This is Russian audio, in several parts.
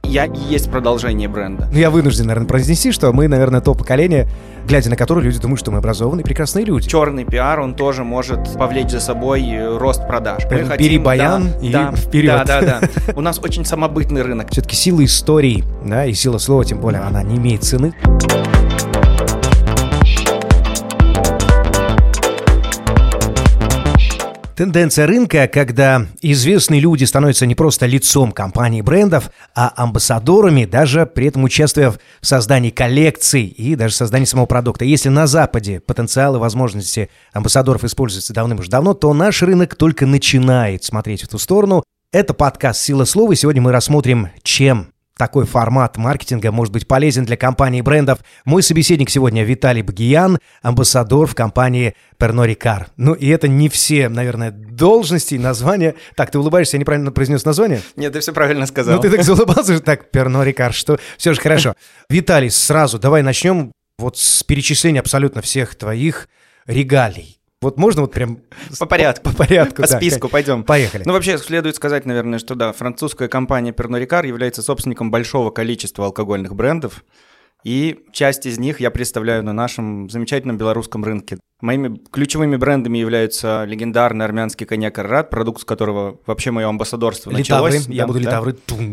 Я и есть продолжение бренда. Ну, я вынужден, наверное, произнести, что мы, наверное, то поколение, глядя на которое люди думают, что мы образованные, прекрасные люди. Черный пиар, он тоже может повлечь за собой рост продаж. Бери баян и вперед. Да. У нас очень самобытный рынок. Все-таки сила истории, да, и сила слова, тем более, она не имеет цены. Тенденция рынка, когда известные люди становятся не просто лицом компаний и брендов, а амбассадорами, даже при этом участвуя в создании коллекций и даже создании самого продукта. Если на Западе потенциал и возможности амбассадоров используются давным-давно, то наш рынок только начинает смотреть в ту сторону. Это подкаст «Сила слова», и сегодня мы рассмотрим, чем такой формат маркетинга может быть полезен для компаний и брендов. Мой собеседник сегодня Виталий Багиян, амбассадор в компании Pernod Ricard. Ну и это не все, наверное, должности и названия. Так, ты улыбаешься, я неправильно произнес название? Нет, ты все правильно сказал. Ну ты так заулыбался, что так, Pernod Ricard, что все же хорошо. Виталий, сразу давай начнем вот с перечисления абсолютно всех твоих регалий. Вот можно вот прям... По порядку. По списку пойдем. Поехали. Ну, вообще, следует сказать, наверное, что да, французская компания Pernod Ricard является собственником большого количества алкогольных брендов, и часть из них я представляю на нашем замечательном белорусском рынке. Моими ключевыми брендами являются легендарный армянский коньяк Арарат, продукт с которого вообще мое амбассадорство началось. Я буду литавры.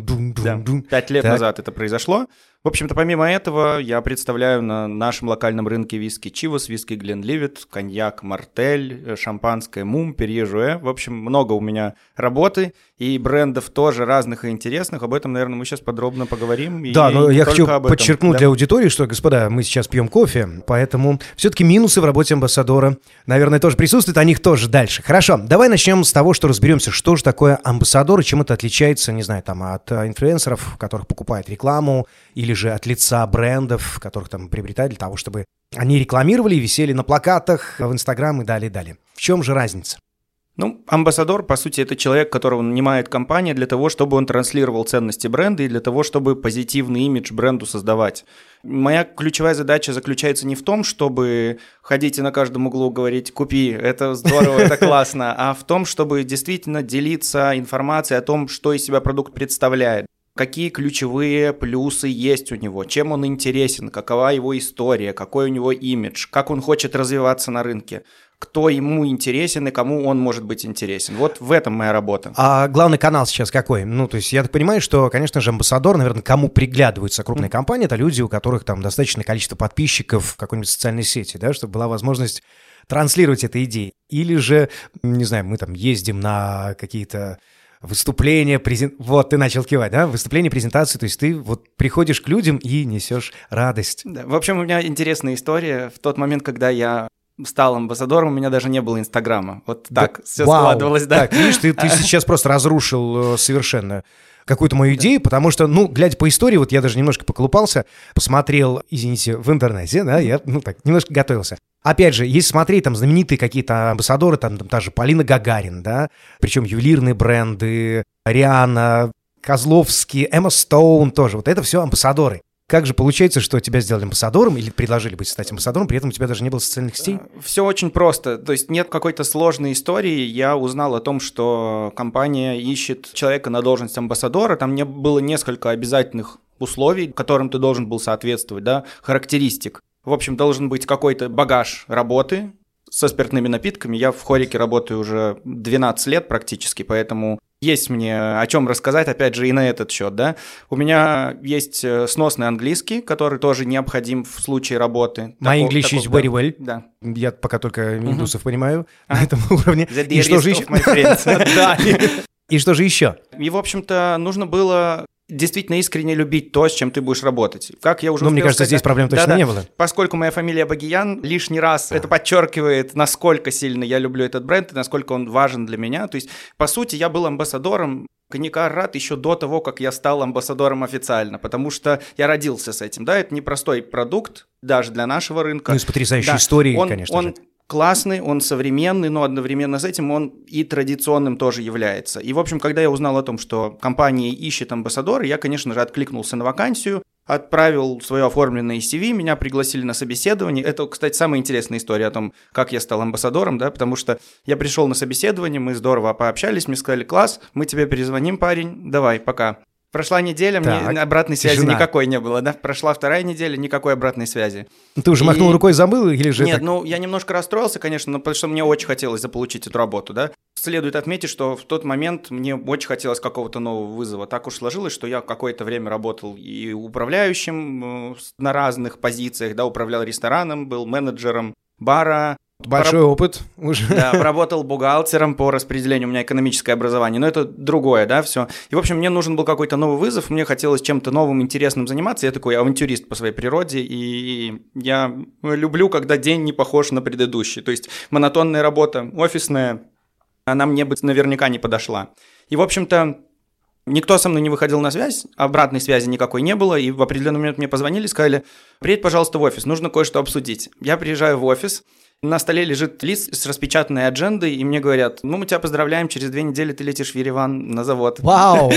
5 лет назад это произошло. В общем-то, помимо этого, я представляю на нашем локальном рынке виски Чивос, виски Гленливет, коньяк Мартель, шампанское Мум, Перье Жуэ. В общем, много у меня работы и брендов тоже разных и интересных. Об этом, наверное, мы сейчас подробно поговорим. Да, но я хочу подчеркнуть для аудитории, что, господа, мы сейчас пьем кофе, поэтому все-таки минусы в работе амбассадора, наверное, тоже присутствуют, о них тоже дальше. Хорошо, давай начнем с того, что разберемся, что же такое амбассадор и чем это отличается, не знаю, там, от инфлюенсеров, которых покупают рекламу, или же от лица брендов, которых там приобретают для того, чтобы они рекламировали, висели на плакатах, в Инстаграм и далее. В чем же разница? Ну, амбассадор, по сути, это человек, которого нанимает компания для того, чтобы он транслировал ценности бренда и для того, чтобы позитивный имидж бренду создавать. Моя ключевая задача заключается не в том, чтобы ходить и на каждом углу говорить «купи, это здорово, это классно», а в том, чтобы действительно делиться информацией о том, что из себя продукт представляет. Какие ключевые плюсы есть у него, чем он интересен, какова его история, какой у него имидж, как он хочет развиваться на рынке, кто ему интересен и кому он может быть интересен. Вот в этом моя работа. А главный канал сейчас какой? Ну, то есть я так понимаю, что, конечно же, амбассадор, наверное, кому приглядываются крупные компании, это люди, у которых там достаточное количество подписчиков в какой-нибудь социальной сети, да, чтобы была возможность транслировать эту идею. Или же, не знаю, мы там ездим на какие-то выступления, вот ты начал кивать, да? Выступление, презентации, то есть ты вот приходишь к людям и несешь радость. Да. В общем, у меня интересная история. В тот момент, когда я стал амбассадором, у меня даже не было Инстаграма. Вот так все складывалось, да. Так, видишь, ты сейчас просто разрушил совершенно какую-то мою идею, потому что, ну, глядя по истории, вот я даже немножко поколупался, посмотрел, извините, в интернете, да, я, немножко готовился. Опять же, если смотреть, там, знаменитые какие-то амбассадоры, там та же Полина Гагарин, да, причем ювелирные бренды, Риана, Козловский, Эмма Стоун тоже, вот это все амбассадоры. Как же получается, что тебя сделали амбассадором или предложили быть стать амбассадором, при этом у тебя даже не было социальных сетей? Все очень просто. То есть нет какой-то сложной истории. Я узнал о том, что компания ищет человека на должность амбассадора. Там было несколько обязательных условий, которым ты должен был соответствовать, да, характеристик. В общем, должен быть какой-то багаж работы со спиртными напитками. Я в хорике работаю уже 12 лет практически, поэтому есть мне о чем рассказать, опять же, и на этот счет, да. У меня есть сносный английский, который тоже необходим в случае работы. My English is very well. Да. Я пока только индусов понимаю на этом уровне. И что же еще? И что же еще? И, в общем-то, нужно было действительно искренне любить то, с чем ты будешь работать. Как я уже успел мне кажется, сказать, здесь проблем точно не было. Поскольку моя фамилия Багиян, лишний раз это подчеркивает, насколько сильно я люблю этот бренд и насколько он важен для меня. То есть, по сути, я был амбассадором коньяка Арарат еще до того, как я стал амбассадором официально, потому что я родился с этим. Да, это непростой продукт, даже для нашего рынка. Ну и с потрясающей историей, конечно же. Классный, он современный, но одновременно с этим он и традиционным тоже является. И, в общем, когда я узнал о том, что компания ищет амбассадора, я, конечно же, откликнулся на вакансию, отправил свое оформленное CV, меня пригласили на собеседование. Это, кстати, самая интересная история о том, как я стал амбассадором, да, потому что я пришел на собеседование, мы здорово пообщались, мне сказали: класс, мы тебе перезвоним, парень, давай, пока. Прошла неделя, Так, мне обратной связи тишина. никакой не было, да? Прошла вторая неделя, никакой обратной связи. Ты уже махнул рукой, забыл или же Нет, так? ну, я немножко расстроился, конечно, но потому что мне очень хотелось заполучить эту работу, да. Следует отметить, что в тот момент мне очень хотелось какого-то нового вызова. Так уж сложилось, что я какое-то время работал и управляющим на разных позициях, да, управлял рестораном, был менеджером бара. Большой опыт уже. Да, работал бухгалтером по распределению, у меня экономическое образование, но это другое, да, все. И, в общем, мне нужен был какой-то новый вызов, мне хотелось чем-то новым, интересным заниматься, я такой авантюрист по своей природе, и я люблю, когда день не похож на предыдущий, то есть монотонная работа, офисная, она мне бы наверняка не подошла. И, в общем-то, никто со мной не выходил на связь, обратной связи никакой не было, и в определенный момент мне позвонили, сказали: приедь, пожалуйста, в офис, нужно кое-что обсудить. Я приезжаю в офис, на столе лежит лист с распечатанной аджендой, и мне говорят: ну, мы тебя поздравляем, через 2 недели ты летишь в Ереван на завод. Вау!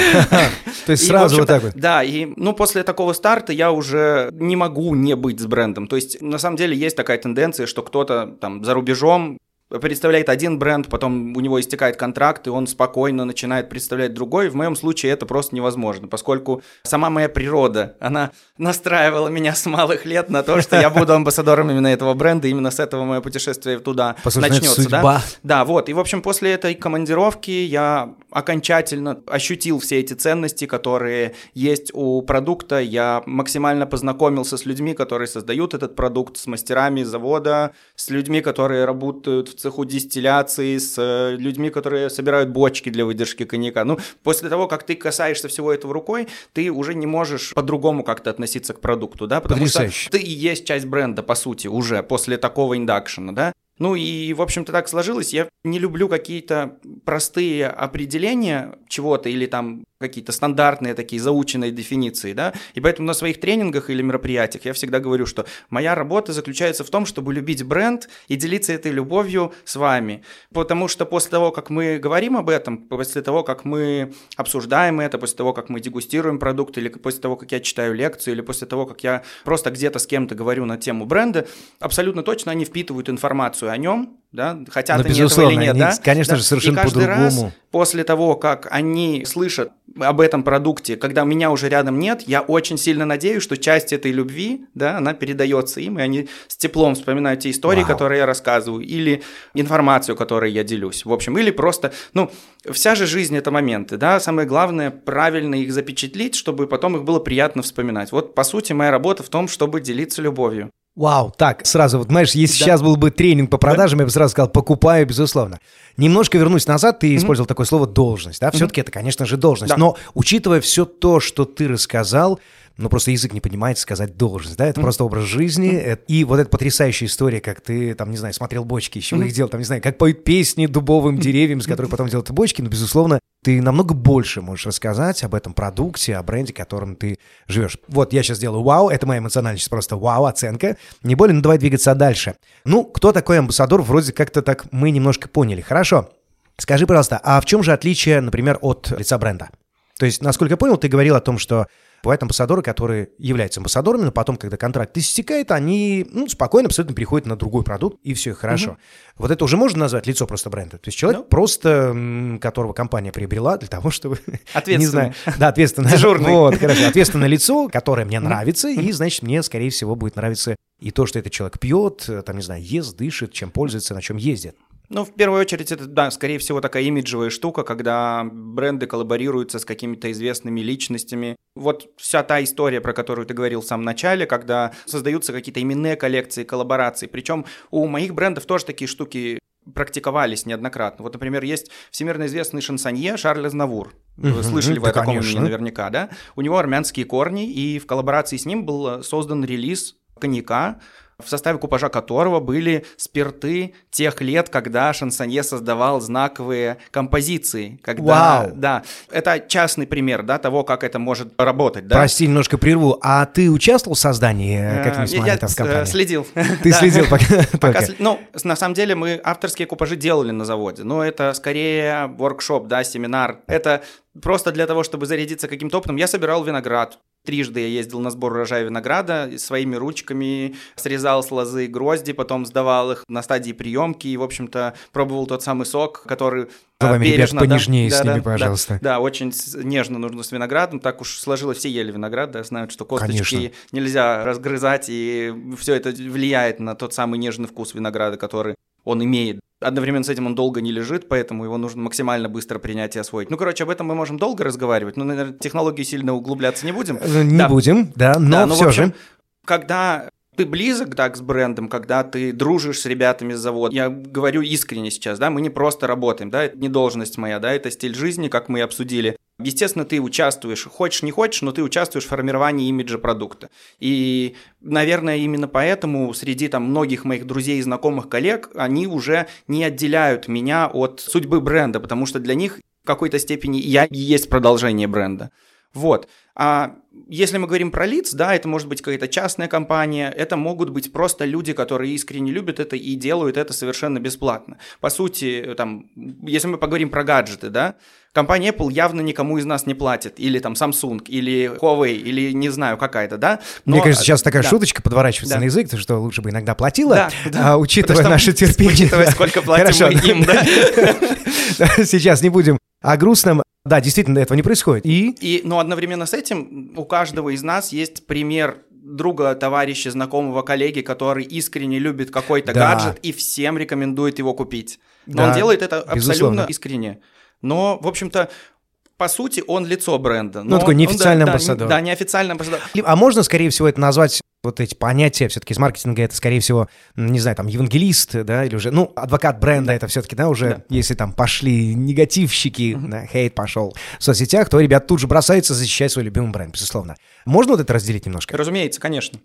То есть сразу вот так вот. Да, и после такого старта я уже не могу не быть с брендом. То есть, на самом деле, есть такая тенденция, что кто-то там за рубежом представляет один бренд, потом у него истекает контракт, и он спокойно начинает представлять другой. В моем случае это просто невозможно, поскольку сама моя природа, она настраивала меня с малых лет на то, что я буду амбассадором именно этого бренда, именно с этого мое путешествие туда начнется. Судьба. Да, вот. И, в общем, после этой командировки я окончательно ощутил все эти ценности, которые есть у продукта. Я максимально познакомился с людьми, которые создают этот продукт, с мастерами завода, с людьми, которые работают в цеху дистилляции, с людьми, которые собирают бочки для выдержки коньяка. Ну, после того, как ты касаешься всего этого рукой, ты уже не можешь по-другому как-то относиться к продукту, да, потому что ты и есть часть бренда, по сути, уже после такого индакшена, да. Ну и, в общем-то, так сложилось. Я не люблю какие-то простые определения чего-то или там какие-то стандартные такие заученные дефиниции, да, и поэтому на своих тренингах или мероприятиях я всегда говорю, что моя работа заключается в том, чтобы любить бренд и делиться этой любовью с вами, потому что после того, как мы говорим об этом, после того, как мы обсуждаем это, после того, как мы дегустируем продукт, или после того, как я читаю лекцию, или после того, как я просто где-то с кем-то говорю на тему бренда, абсолютно точно они впитывают информацию о нем, да, хотят они этого или нет, они, да, конечно да? же, совершенно и каждый по-другому. раз после того, как они слышат об этом продукте, когда меня уже рядом нет, я очень сильно надеюсь, что часть этой любви, да, она передается им, и они с теплом вспоминают те истории, которые я рассказываю, или информацию, которой я делюсь, в общем, или просто, ну, вся же жизнь – это моменты, да, самое главное – правильно их запечатлеть, чтобы потом их было приятно вспоминать. Вот, по сути, моя работа в том, чтобы делиться любовью. Вау, так, сразу, вот, знаешь, если сейчас был бы тренинг по продажам, я бы сразу сказал: покупаю, безусловно. Немножко вернусь назад, ты использовал такое слово «должность», да, все-таки это, конечно же, должность, но учитывая все то, что ты рассказал, ну, просто язык не поднимается сказать «должность», да, это просто образ жизни, и вот эта потрясающая история, как ты, там, не знаю, смотрел бочки, из чего их делал, там, не знаю, как поют песни дубовым деревьям, из которых потом делают бочки, но, безусловно, ты намного больше можешь рассказать об этом продукте, о бренде, которым ты живешь. Вот я сейчас делаю вау, это моя эмоциональность, просто вау, оценка. Не более, но давай двигаться дальше. Ну, кто такой амбассадор, вроде как-то так мы немножко поняли. Хорошо, скажи, пожалуйста, а в чем же отличие, например, от лица бренда? То есть, насколько я понял, ты говорил о том, что бывают амбассадоры, которые являются амбассадорами, но потом, когда контракт истекает, они спокойно абсолютно переходят на другой продукт, и все, хорошо. Вот это уже можно назвать лицо просто бренда? То есть человек просто, которого компания приобрела для того, чтобы... Ответственный. Не знаю, да, ответственное. Дежурный. Вот, хорошо. Ответственное лицо, которое мне нравится, и, значит, мне, скорее всего, будет нравиться и то, что этот человек пьет, там, не знаю, ест, дышит, чем пользуется, на чем ездит. Ну, в первую очередь, это, да, скорее всего, такая имиджевая штука, когда бренды коллаборируются с какими-то известными личностями. Вот вся та история, про которую ты говорил в самом начале, когда создаются какие-то именные коллекции, коллаборации. Причем у моих брендов тоже такие штуки практиковались неоднократно. Вот, например, есть всемирно известный шансонье Шарль Азнавур. Вы слышали вы о таком имени наверняка, да? У него армянские корни, и в коллаборации с ним был создан релиз коньяка, в составе купажа которого были спирты тех лет, когда шансонье создавал знаковые композиции. Когда, Вау! Да, это частный пример, да, того, как это может работать. Да? Прости, немножко прерву. А ты участвовал в создании каких-нибудь моментов в компании? Я следил. Ты следил пока? Ну, на самом деле мы авторские купажи делали на заводе, но это скорее воркшоп, да, семинар. Это просто для того, чтобы зарядиться каким-то опытом. Я собирал виноград. трижды я ездил на сбор урожая винограда, своими ручками срезал с лозы грозди, потом сдавал их на стадии приемки и, в общем-то, пробовал тот самый сок, который... Словами, ребят, понежнее с ними, да, пожалуйста. Да, очень нежно нужно с виноградом. Так уж сложилось, все ели виноград, да, знают, что косточки Конечно. нельзя разгрызать, и все это влияет на тот самый нежный вкус винограда, который он имеет. Одновременно с этим он долго не лежит, поэтому его нужно максимально быстро принять и освоить. Ну, короче, об этом мы можем долго разговаривать, но, наверное, в технологии сильно углубляться не будем. Не будем, да, но ну, все в общем, же. Когда ты близок, так, с брендом, когда ты дружишь с ребятами с завода, я говорю искренне сейчас, да, мы не просто работаем, да, это не должность моя, да, это стиль жизни, как мы и обсудили. Естественно, ты участвуешь, хочешь, не хочешь, но ты участвуешь в формировании имиджа продукта. И, наверное, именно поэтому среди там многих моих друзей, знакомых, коллег, они уже не отделяют меня от судьбы бренда, потому что для них в какой-то степени я и есть продолжение бренда. Вот. А если мы говорим про лиц, да, это может быть какая-то частная компания, это могут быть просто люди, которые искренне любят это и делают это совершенно бесплатно. По сути, там, если мы поговорим про гаджеты, да, компания Apple явно никому из нас не платит, или там Samsung, или Huawei, или не знаю, какая-то, да. Но, мне кажется, сейчас такая да. шуточка подворачивается на язык, что лучше бы иногда платила, да. Учитывая наше терпение. Учитывая, сколько платим мы им, да. Сейчас не будем о грустном. Да, действительно, этого не происходит. Но одновременно с этим у каждого из нас есть пример друга, товарища, знакомого, коллеги, который искренне любит какой-то гаджет и всем рекомендует его купить. Но он делает это абсолютно искренне. Но, в общем-то, по сути, он лицо бренда. Ну, такой неофициальный амбассадор. Да, неофициальный амбассадор. А можно, скорее всего, это назвать, вот эти понятия все-таки из маркетинга, это, скорее всего, не знаю, там, евангелист, да, или уже, ну, адвокат бренда, это все-таки, да, уже, если там пошли негативщики, да, хейт пошел в соцсетях, то ребят тут же бросаются защищать свой любимый бренд, безусловно. Можно вот это разделить немножко? Разумеется, конечно.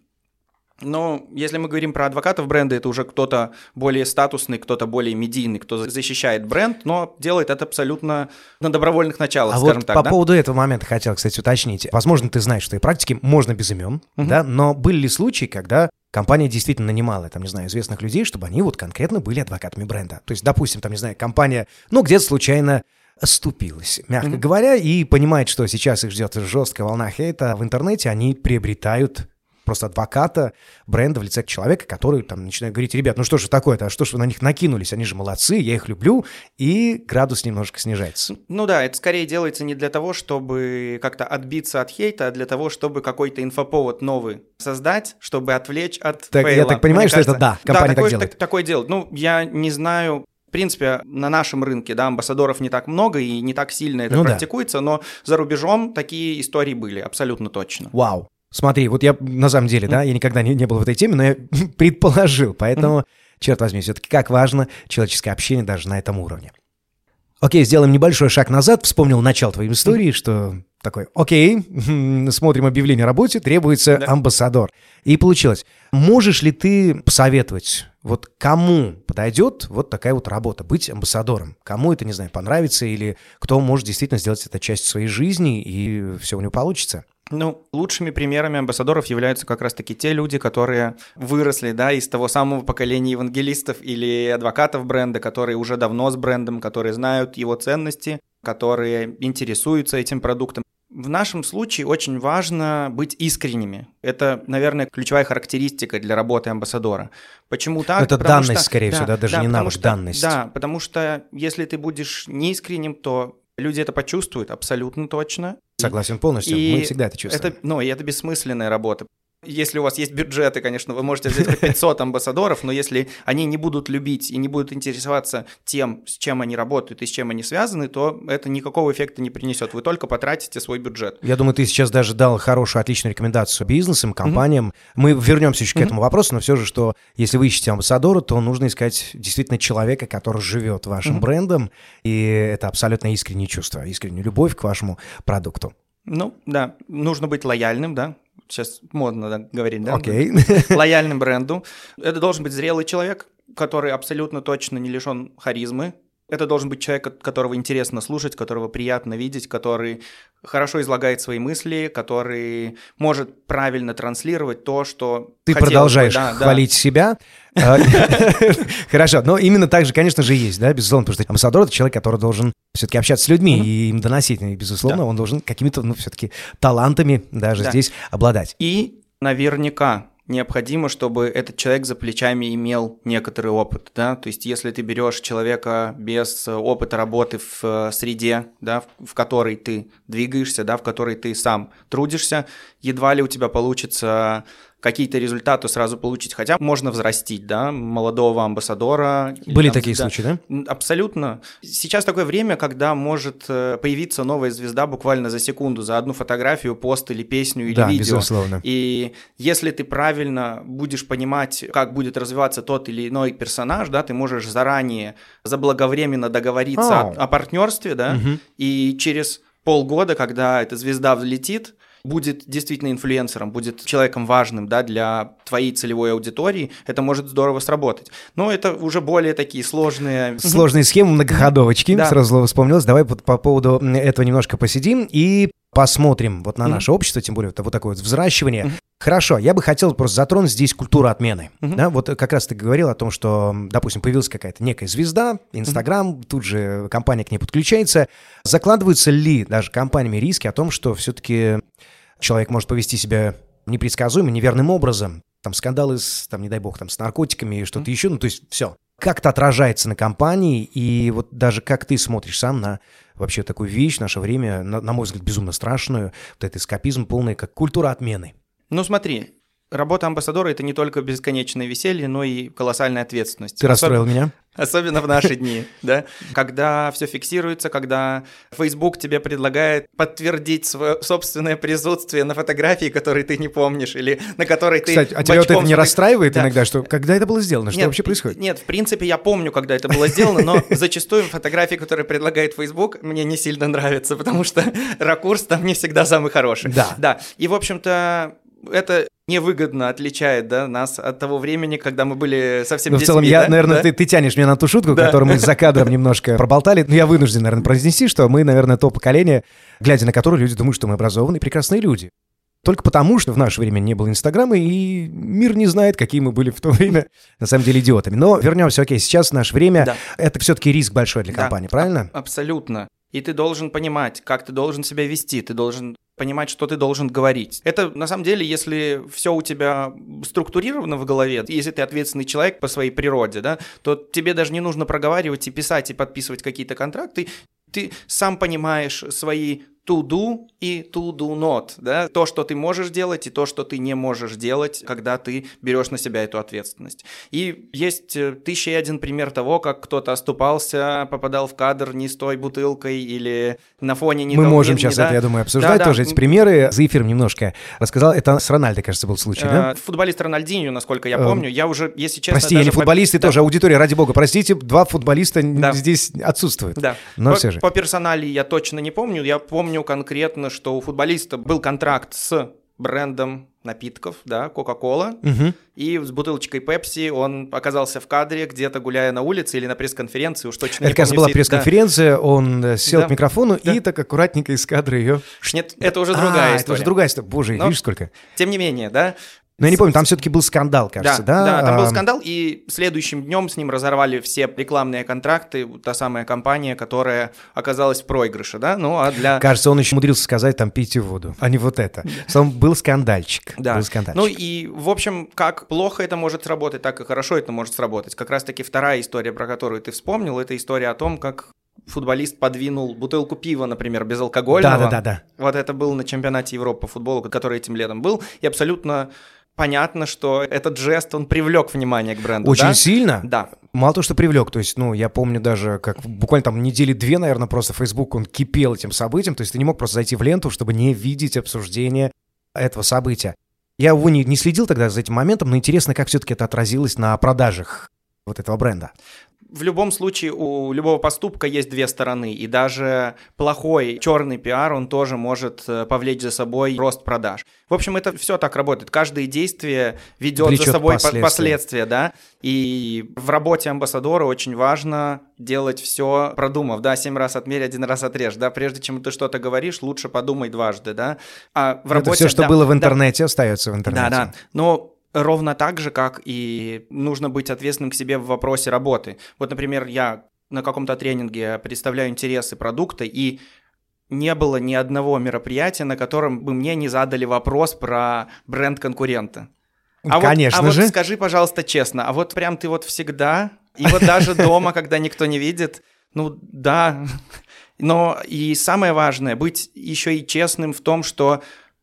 Но если мы говорим про адвокатов бренда, это уже кто-то более статусный, кто-то более медийный, кто защищает бренд, но делает это абсолютно на добровольных началах, скажем вот так. По поводу этого момента хотел, кстати, уточнить. Возможно, ты знаешь, что и практики можно без имен, да, но были ли случаи, когда компания действительно нанимала, там, не знаю, известных людей, чтобы они вот конкретно были адвокатами бренда? То есть, допустим, там, не знаю, компания, ну, где-то случайно оступилась, мягко говоря, и понимает, что сейчас их ждет жесткая волна хейта в интернете, они приобретают просто адвоката бренда в лице человека, который там начинает говорить: ребят, ну что же такое-то, а что ж вы на них накинулись, они же молодцы, я их люблю, и градус немножко снижается. Ну да, это скорее делается не для того, чтобы как-то отбиться от хейта, а для того, чтобы какой-то инфоповод новый создать, чтобы отвлечь от фейла. Я так понимаю, что это да, компания так делает. Такое делает. Ну, я не знаю. В принципе, на нашем рынке, да, амбассадоров не так много и не так сильно это практикуется, но за рубежом такие истории были, абсолютно точно. Вау. Смотри, вот я на самом деле, да, я никогда не был в этой теме, но я предположил, поэтому, черт возьми, все-таки как важно человеческое общение даже на этом уровне. Окей, сделаем небольшой шаг назад, вспомнил начало твоей истории, что такой, окей, смотрим объявление о работе, требуется амбассадор. И получилось. Можешь ли ты посоветовать, вот кому подойдет вот такая вот работа, быть амбассадором? Кому это, не знаю, понравится, или кто может действительно сделать это частью своей жизни, и все у него получится? Ну, лучшими примерами амбассадоров являются как раз-таки те люди, которые выросли, да, из того самого поколения евангелистов или адвокатов бренда, которые уже давно с брендом, которые знают его ценности, которые интересуются этим продуктом. В нашем случае очень важно быть искренними. Это, наверное, ключевая характеристика для работы амбассадора. Почему так? Это данность, скорее всего, да, даже не навык, данность. Да, потому что если ты будешь неискренним, то люди это почувствуют абсолютно точно. Согласен полностью, мы всегда это чувствуем. И это бессмысленная работа. Если у вас есть бюджеты, конечно, вы можете взять хоть 500 амбассадоров, но если они не будут любить и не будут интересоваться тем, с чем они работают и с чем они связаны, то это никакого эффекта не принесет. Вы только потратите свой бюджет. Я думаю, ты сейчас даже дал хорошую, отличную рекомендацию бизнесам, компаниям. Мы вернемся еще к этому вопросу, но все же, что если вы ищете амбассадора, то нужно искать действительно человека, который живет вашим брендом, и это абсолютно искреннее чувство, искренняя любовь к вашему продукту. Ну, да, нужно быть лояльным, да. Сейчас модно говорить, да? Окей. Лояльным бренду. Это должен быть зрелый человек, который абсолютно точно не лишен харизмы, Это должен быть человек, которого интересно слушать, которого приятно видеть, который хорошо излагает свои мысли, который может правильно транслировать то, что ты продолжаешь хвалить себя. Хорошо, но именно так же, конечно же, есть, да, безусловно, потому что амбассадор — это человек, который должен все-таки общаться с людьми и им доносить, и, безусловно, он должен какими-то, все-таки талантами даже здесь обладать. И наверняка необходимо, чтобы этот человек за плечами имел некоторый опыт, да, то есть если ты берешь человека без опыта работы в среде, да, в которой ты двигаешься, да, в которой ты сам трудишься, едва ли у тебя получится какие-то результаты сразу получить, хотя можно взрастить, да, молодого амбассадора. Были такие случаи, да? Абсолютно. Сейчас такое время, когда может появиться новая звезда буквально за секунду, за одну фотографию, пост или песню, или видео. Да, безусловно. И если ты правильно будешь понимать, как будет развиваться тот или иной персонаж, да, ты можешь заранее заблаговременно договориться о партнерстве, да, и через полгода, когда эта звезда взлетит, будет действительно инфлюенсером, будет человеком важным, да, для твоей целевой аудитории, это может здорово сработать. Но это уже более такие сложные... Сложные схемы, многоходовочки, сразу вспомнилось. Давай по поводу этого немножко посидим и посмотрим вот на наше общество, тем более вот такое вот взращивание. Хорошо, я бы хотел просто затронуть здесь культуру отмены. Да, вот как раз ты говорил о том, что, допустим, появилась какая-то некая звезда, Инстаграм, тут же компания к ней подключается. Закладываются ли даже компаниями риски о том, что все-таки человек может повести себя непредсказуемо, неверным образом? Там скандалы с, там, не дай бог, там, с наркотиками и что-то еще, ну, то есть все. Как это отражается на компании, и вот даже как ты смотришь сам на вообще такую вещь в наше время, на мой взгляд, безумно страшную, вот этот эскапизм полный, как культура отмены. Ну смотри, работа амбассадора — это не только бесконечное веселье, но и колоссальная ответственность. Ты расстроил меня? Особенно в наши дни, да? Когда все фиксируется, когда Facebook тебе предлагает подтвердить свое собственное присутствие на фотографии, которые ты не помнишь, или на которой ты... Кстати, а тебя вот это не расстраивает иногда, что когда это было сделано, что вообще происходит? Нет, в принципе, я помню, когда это было сделано, но зачастую фотографии, которые предлагает Facebook, мне не сильно нравятся, потому что ракурс там не всегда самый хороший. Да. И, в общем-то, это невыгодно отличает, да, нас от того времени, когда мы были совсем детьми. В целом, наверное, ты тянешь меня на ту шутку, которую мы за кадром немножко проболтали. Но я вынужден, наверное, произнести, что мы, наверное, то поколение, глядя на которое люди думают, что мы образованные, прекрасные люди. Только потому, что в наше время не было Инстаграма, и мир не знает, какие мы были в то время, на самом деле, идиотами. Но вернемся, окей, сейчас в наше время это все-таки риск большой для компании, правильно? Абсолютно. И ты должен понимать, как ты должен себя вести, ты должен понимать, что ты должен говорить. Это, на самом деле, если все у тебя структурировано в голове, если ты ответственный человек по своей природе, да, то тебе даже не нужно проговаривать и писать, и подписывать какие-то контракты. Ты сам понимаешь свои to do и to do not, да, то, что ты можешь делать, и то, что ты не можешь делать, когда ты берешь на себя эту ответственность. И есть 1001 пример того, как кто-то оступался, попадал в кадр не с той бутылкой или на фоне не того. Мы можем сейчас это, я думаю, обсуждать тоже эти примеры. За эфиром немножко рассказал. Это с Рональдо, кажется, был случай, да? Футболист Рональдиньо, насколько я помню. Я уже, если честно... Прости, я не футболисты тоже, аудитория, ради бога, простите, два футболиста здесь отсутствуют. Да. Но все же. По персоналии я точно не помню. Я помню конкретно, что у футболиста был контракт с брендом напитков, да, Coca-Cola, и с бутылочкой Pepsi он оказался в кадре, где-то гуляя на улице или на пресс-конференции, уж точно не помню. Это, кажется, была пресс-конференция, он сел к микрофону и так аккуратненько из кадра ее... Нет, это уже другая история. Это уже другая история. Боже, видишь сколько. Тем не менее, да. Но я не помню, там все-таки был скандал, кажется, да? Да, там был скандал, и следующим днем с ним разорвали все рекламные контракты, та самая компания, которая оказалась в проигрыше, да? Ну, а для... Кажется, он еще умудрился сказать, там, пейте воду, а не вот это. Словом, был скандальчик. Да. Был скандальчик. Ну и, в общем, как плохо это может сработать, так и хорошо это может сработать. Как раз-таки вторая история, про которую ты вспомнил, это история о том, как футболист подвинул бутылку пива, например, безалкогольного. Да. Вот это был на чемпионате Европы по футболу, который этим летом был, и абсолютно... Понятно, что этот жест, он привлек внимание к бренду. Очень сильно? Да. Мало того, что привлек, то есть, я помню даже, как буквально там недели 2, наверное, просто Facebook, он кипел этим событием, то есть ты не мог просто зайти в ленту, чтобы не видеть обсуждение этого события. Я, увы, не следил тогда за этим моментом, но интересно, как все-таки это отразилось на продажах вот этого бренда. В любом случае у любого поступка есть две стороны, и даже плохой черный пиар, он тоже может повлечь за собой рост продаж. В общем, это все так работает. Каждое действие ведет за собой последствия, да. И в работе амбассадора очень важно делать все продумав, да, 7 раз отмерь, 1 раз отрежь, да, прежде чем ты что-то говоришь, лучше подумай дважды, да. А в работе, это все, что было в интернете, остается в интернете. Да. Но ровно так же, как и нужно быть ответственным к себе в вопросе работы. Вот, например, я на каком-то тренинге представляю интересы продукта, и не было ни одного мероприятия, на котором бы мне не задали вопрос про бренд конкурента. Конечно же. Вот скажи, пожалуйста, честно, а вот прям ты вот всегда, и вот даже дома, когда никто не видит, ну да. Но и самое важное, быть еще и честным в том, что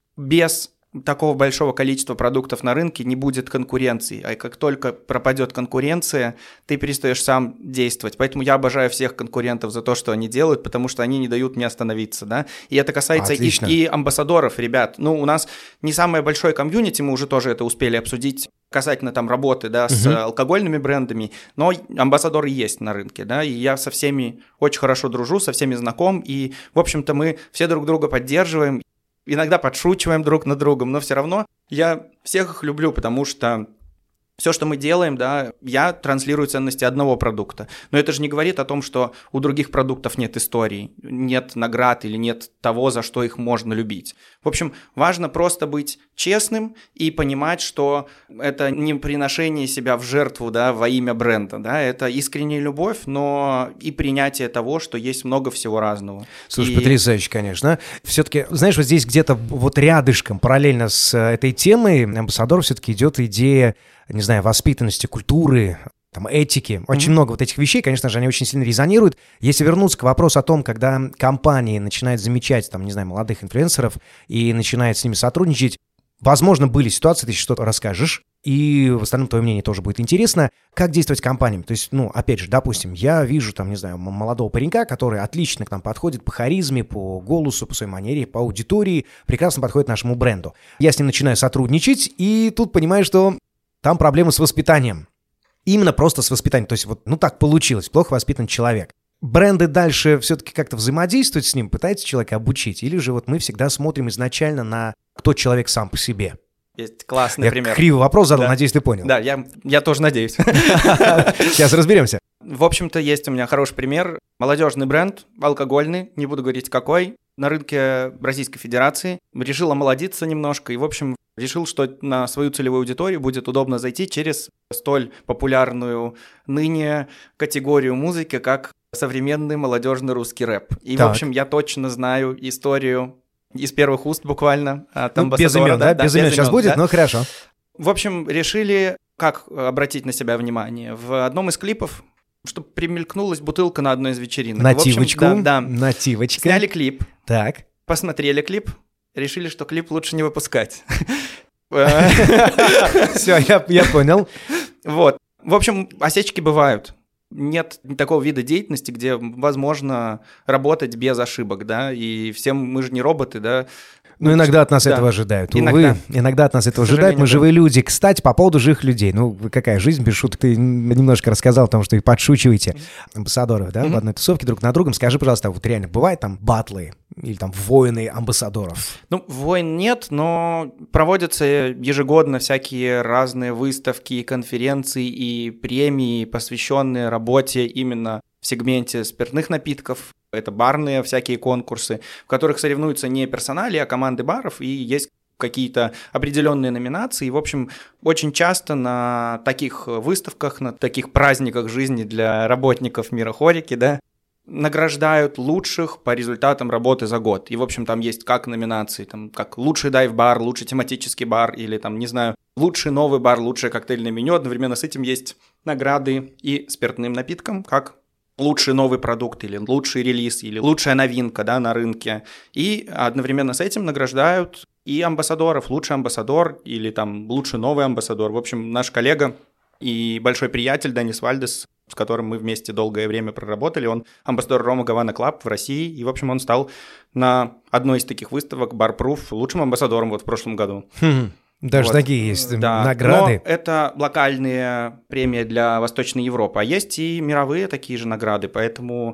без такого большого количества продуктов на рынке не будет конкуренции. А как только пропадет конкуренция, ты перестаешь сам действовать. Поэтому я обожаю всех конкурентов за то, что они делают, потому что они не дают мне остановиться, да. И это касается и амбассадоров, ребят. Ну, у нас не самое большое комьюнити, мы уже тоже это успели обсудить касательно там работы, да, с алкогольными брендами, но амбассадоры есть на рынке, да, и я со всеми очень хорошо дружу, со всеми знаком, и, в общем-то, мы все друг друга поддерживаем. Иногда подшучиваем друг над другом, но все равно я всех их люблю, потому что все, что мы делаем, да, я транслирую ценности одного продукта. Но это же не говорит о том, что у других продуктов нет истории, нет наград или нет того, за что их можно любить. В общем, важно просто быть честным и понимать, что это не приношение себя в жертву, да, во имя бренда, да, это искренняя любовь, но и принятие того, что есть много всего разного. Слушай, потрясающе, конечно. Все-таки, знаешь, вот здесь где-то вот рядышком, параллельно с этой темой, амбассадор все-таки идет идея, не знаю, воспитанности, культуры, там, этики. Очень много вот этих вещей, конечно же, они очень сильно резонируют. Если вернуться к вопросу о том, когда компании начинают замечать, там, не знаю, молодых инфлюенсеров и начинают с ними сотрудничать, возможно, были ситуации, ты что-то расскажешь, и в остальном твое мнение тоже будет интересно, как действовать компаниям. То есть, ну, опять же, допустим, я вижу, там, не знаю, молодого паренька, который отлично к нам подходит по харизме, по голосу, по своей манере, по аудитории, прекрасно подходит нашему бренду. Я с ним начинаю сотрудничать, и тут понимаю, что там проблемы с воспитанием. Именно просто с воспитанием. То есть вот, ну так получилось, плохо воспитан человек. Бренды дальше все-таки как-то взаимодействуют с ним, пытаются человека обучить? Или же вот мы всегда смотрим изначально на кто человек сам по себе? Есть классный пример. Я кривый вопрос задал, да. Надеюсь, ты понял. Да, я тоже надеюсь. Сейчас разберемся. В общем-то, есть у меня хороший пример. Молодежный бренд, алкогольный, не буду говорить какой, на рынке Российской Федерации. Решил омолодиться немножко и, в общем, решил, что на свою целевую аудиторию будет удобно зайти через столь популярную ныне категорию музыки, как современный молодежный русский рэп. И, в общем, я точно знаю историю из первых уст буквально от амбассадора. Без имен, да? Без имен сейчас будет, но хорошо. В общем, решили, как обратить на себя внимание. В одном из клипов, чтобы примелькнулась бутылка на одной из вечеринок. Нативочку. Да. Нативочка. Сняли клип. Так. Посмотрели клип. Решили, что клип лучше не выпускать. Все, я понял. Вот. В общем, осечки бывают. Нет такого вида деятельности, где возможно работать без ошибок, да, и всем мы же не роботы, да. Ну, иногда от нас этого ожидают. Увы, иногда от нас этого ожидают. Мы живые люди. Кстати, по поводу живых людей. Ну, какая жизнь без шуток? Ты немножко рассказал о том, что вы подшучиваете. Амбассадоры, да, в одной тусовке друг на другом. Скажи, пожалуйста, вот реально бывает там батлы или там войны амбассадоров? Ну, войн нет, но проводятся ежегодно всякие разные выставки, конференции и премии, посвященные работе именно в сегменте спиртных напитков. Это барные всякие конкурсы, в которых соревнуются не персонали, а команды баров, и есть какие-то определенные номинации. И, в общем, очень часто на таких выставках, на таких праздниках жизни для работников мира хорики, да, награждают лучших по результатам работы за год. И, в общем, там есть как номинации, там, как лучший дайв-бар, лучший тематический бар или, там, не знаю, лучший новый бар, лучшее коктейльное меню. Одновременно с этим есть награды и спиртным напиткам, как лучший новый продукт или лучший релиз или лучшая новинка, да, на рынке. И одновременно с этим награждают и амбассадоров. Лучший амбассадор или там лучший новый амбассадор. В общем, наш коллега и большой приятель Денис Вальдес, с которым мы вместе долгое время проработали, он амбассадор Рома Гавана Клаб в России. И, в общем, он стал на одной из таких выставок Bar Proof лучшим амбассадором вот в прошлом году. Даже Вот. такие есть Да. награды. Но это локальные премии для Восточной Европы, а есть и мировые такие же награды, поэтому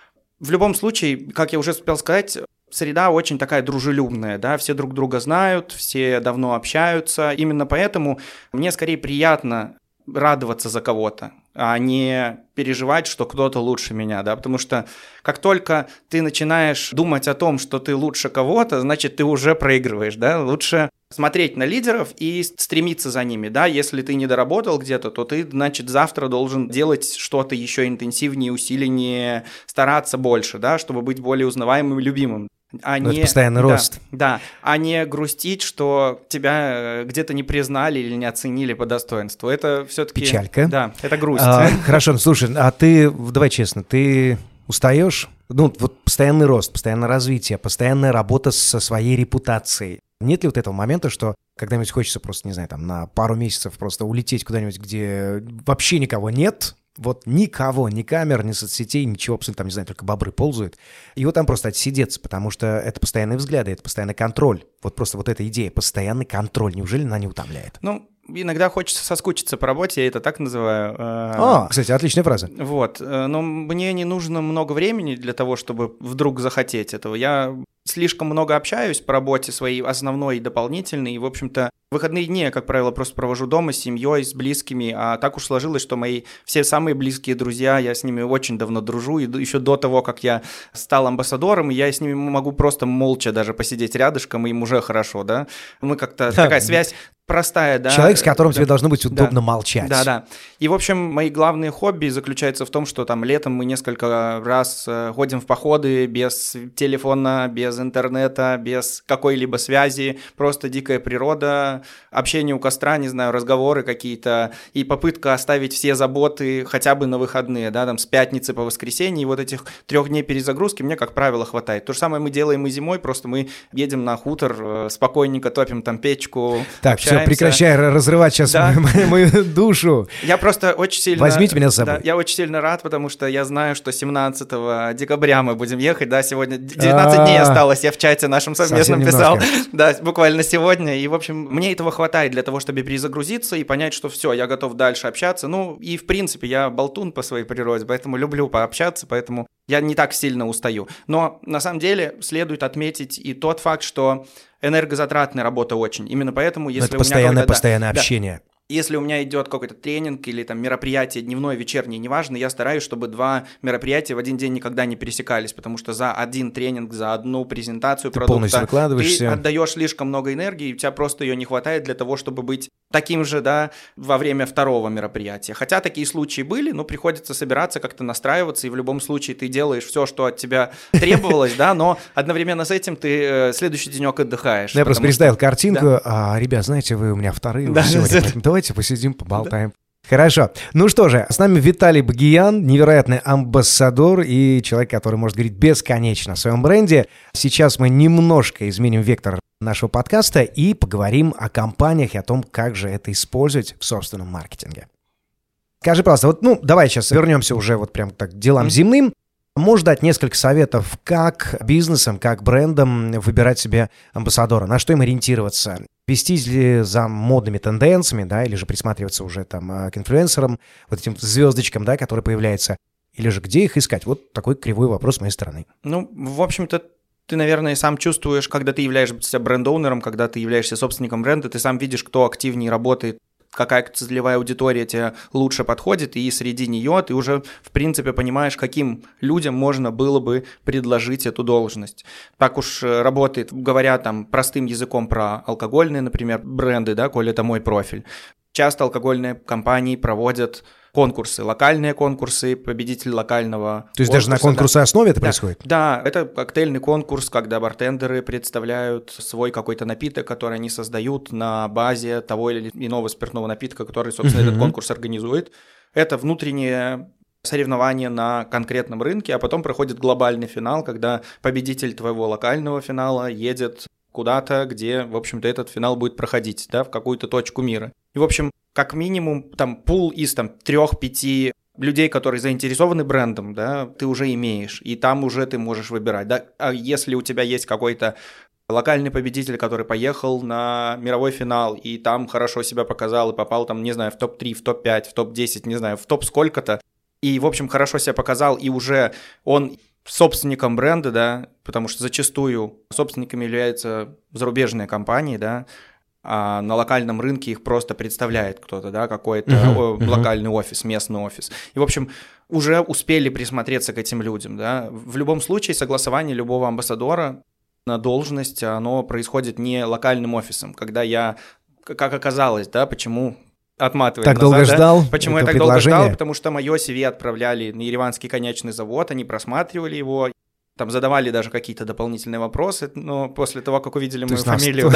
в любом случае, как я уже успел сказать, среда очень такая дружелюбная, да, все друг друга знают, все давно общаются, именно поэтому мне скорее приятно радоваться за кого-то, а не переживать, что кто-то лучше меня, да, потому что как только ты начинаешь думать о том, что ты лучше кого-то, значит, ты уже проигрываешь, да, лучше смотреть на лидеров и стремиться за ними, да, если ты не доработал где-то, то ты, значит, завтра должен делать что-то еще интенсивнее, усиленнее, стараться больше, да, чтобы быть более узнаваемым и любимым. Но это постоянный рост. Да, а не грустить, что тебя где-то не признали или не оценили по достоинству. Это все-таки... Печалька. Да, это грусть. Хорошо, ну, слушай, а ты, давай честно, ты устаешь? Ну, вот постоянный рост, постоянное развитие, постоянная работа со своей репутацией. Нет ли вот этого момента, что когда-нибудь хочется просто, не знаю, там на пару месяцев просто улететь куда-нибудь, где вообще никого нет, вот никого, ни камер, ни соцсетей, ничего абсолютно, там, не знаю, только бобры ползают, и вот там просто отсидеться, потому что это постоянные взгляды, это постоянный контроль. Вот просто вот эта идея, постоянный контроль, неужели она не утомляет? Ну, иногда хочется соскучиться по работе, я это так называю. Кстати, отличная фраза. Вот, но мне не нужно много времени для того, чтобы вдруг захотеть этого. Я слишком много общаюсь по работе своей основной и дополнительной, и, в общем-то, выходные дни я, как правило, просто провожу дома с семьей, с близкими, а так уж сложилось, что мои все самые близкие друзья, я с ними очень давно дружу, и еще до того, как я стал амбассадором, я с ними могу просто молча даже посидеть рядышком, и им уже хорошо, да? Мы как-то такая связь простая, да. Человек, с которым тебе должно быть удобно молчать. Да. И, в общем, мои главные хобби заключаются в том, что там летом мы несколько раз ходим в походы без телефона, без интернета, без какой-либо связи, просто дикая природа, общение у костра, не знаю, разговоры какие-то, и попытка оставить все заботы хотя бы на выходные, да, там с пятницы по воскресенье, и вот этих 3 дней перезагрузки мне, как правило, хватает. То же самое мы делаем и зимой, просто мы едем на хутор, спокойненько топим там печку, так, общаемся. Все, прекращай разрывать сейчас мою душу. Я просто очень сильно... Возьмите меня с собой. Да, я очень сильно рад, потому что я знаю, что 17 декабря мы будем ехать, да, сегодня 19 дней осталось, я в чате нашем совместном писал, да, буквально сегодня, и, в общем, мне этого хватает для того, чтобы перезагрузиться и понять, что все, я готов дальше общаться, ну, и, в принципе, я болтун по своей природе, поэтому люблю пообщаться, поэтому я не так сильно устаю. Но, на самом деле, следует отметить и тот факт, что энергозатратная работа очень. Именно поэтому, если у меня постоянное общение. Если у меня идет какой-то тренинг или там мероприятие дневное, вечернее, неважно, я стараюсь, чтобы 2 мероприятия в один день никогда не пересекались, потому что за один тренинг, за одну презентацию ты продукта ты отдаешь слишком много энергии, у тебя просто ее не хватает для того, чтобы быть таким же, да, во время 2-го мероприятия. Хотя такие случаи были, но приходится собираться, как-то настраиваться, и в любом случае ты делаешь все, что от тебя требовалось, да, но одновременно с этим ты следующий денек отдыхаешь. Я просто представил картинку, ребят, знаете, вы у меня вторые сегодня, давайте посидим, поболтаем. Хорошо. Ну что же, с нами Виталий Багиян, невероятный амбассадор и человек, который может говорить бесконечно о своем бренде. Сейчас мы немножко изменим вектор нашего подкаста и поговорим о компаниях и о том, как же это использовать в собственном маркетинге. Скажи, пожалуйста, вот, давай сейчас вернемся уже вот прям так к делам земным. Можешь дать несколько советов, как бизнесам, как брендам выбирать себе амбассадора, на что им ориентироваться? Вестись ли за модными тенденциями, да, или же присматриваться уже там к инфлюенсерам, вот этим звездочкам, да, которые появляются, или же где их искать? Вот такой кривой вопрос с моей стороны. Ну, в общем-то, ты, наверное, сам чувствуешь, когда ты являешься бренд-оунером, когда ты являешься собственником бренда, ты сам видишь, кто активнее работает, какая целевая аудитория тебе лучше подходит, и среди нее ты уже, в принципе, понимаешь, каким людям можно было бы предложить эту должность. Так уж работает, говоря там простым языком про алкогольные, например, бренды, да, коль это мой профиль. Часто алкогольные компании проводят конкурсы, локальные конкурсы, победитель локального То есть даже на конкурсной основе это происходит? Да, это коктейльный конкурс, когда бартендеры представляют свой какой-то напиток, который они создают на базе того или иного спиртного напитка, который, собственно, этот конкурс организует. Это внутреннее соревнование на конкретном рынке, а потом проходит глобальный финал, когда победитель твоего локального финала едет куда-то, где, в общем-то, этот финал будет проходить, да, в какую-то точку мира. И, в общем, как минимум, там, пул из там 3-5 людей, которые заинтересованы брендом, да, ты уже имеешь, и там уже ты можешь выбирать, да. А если у тебя есть какой-то локальный победитель, который поехал на мировой финал и там хорошо себя показал и попал там, не знаю, в топ-3, в топ-5, в топ-10, не знаю, в топ сколько-то, и, в общем, хорошо себя показал, и уже он собственником бренда, да, потому что зачастую собственниками являются зарубежные компании, да, а на локальном рынке их просто представляет кто-то, да, какой-то локальный офис, местный офис. И, в общем, уже успели присмотреться к этим людям, да. В любом случае согласование любого амбассадора на должность, оно происходит не локальным офисом. Когда я, как оказалось, да, почему... Отматываем так назад, долго ждал. Почему я так долго ждал? Потому что мое CV отправляли на Ереванский конечный завод, они просматривали его, там задавали даже какие-то дополнительные вопросы, но после того, как увидели мою фамилию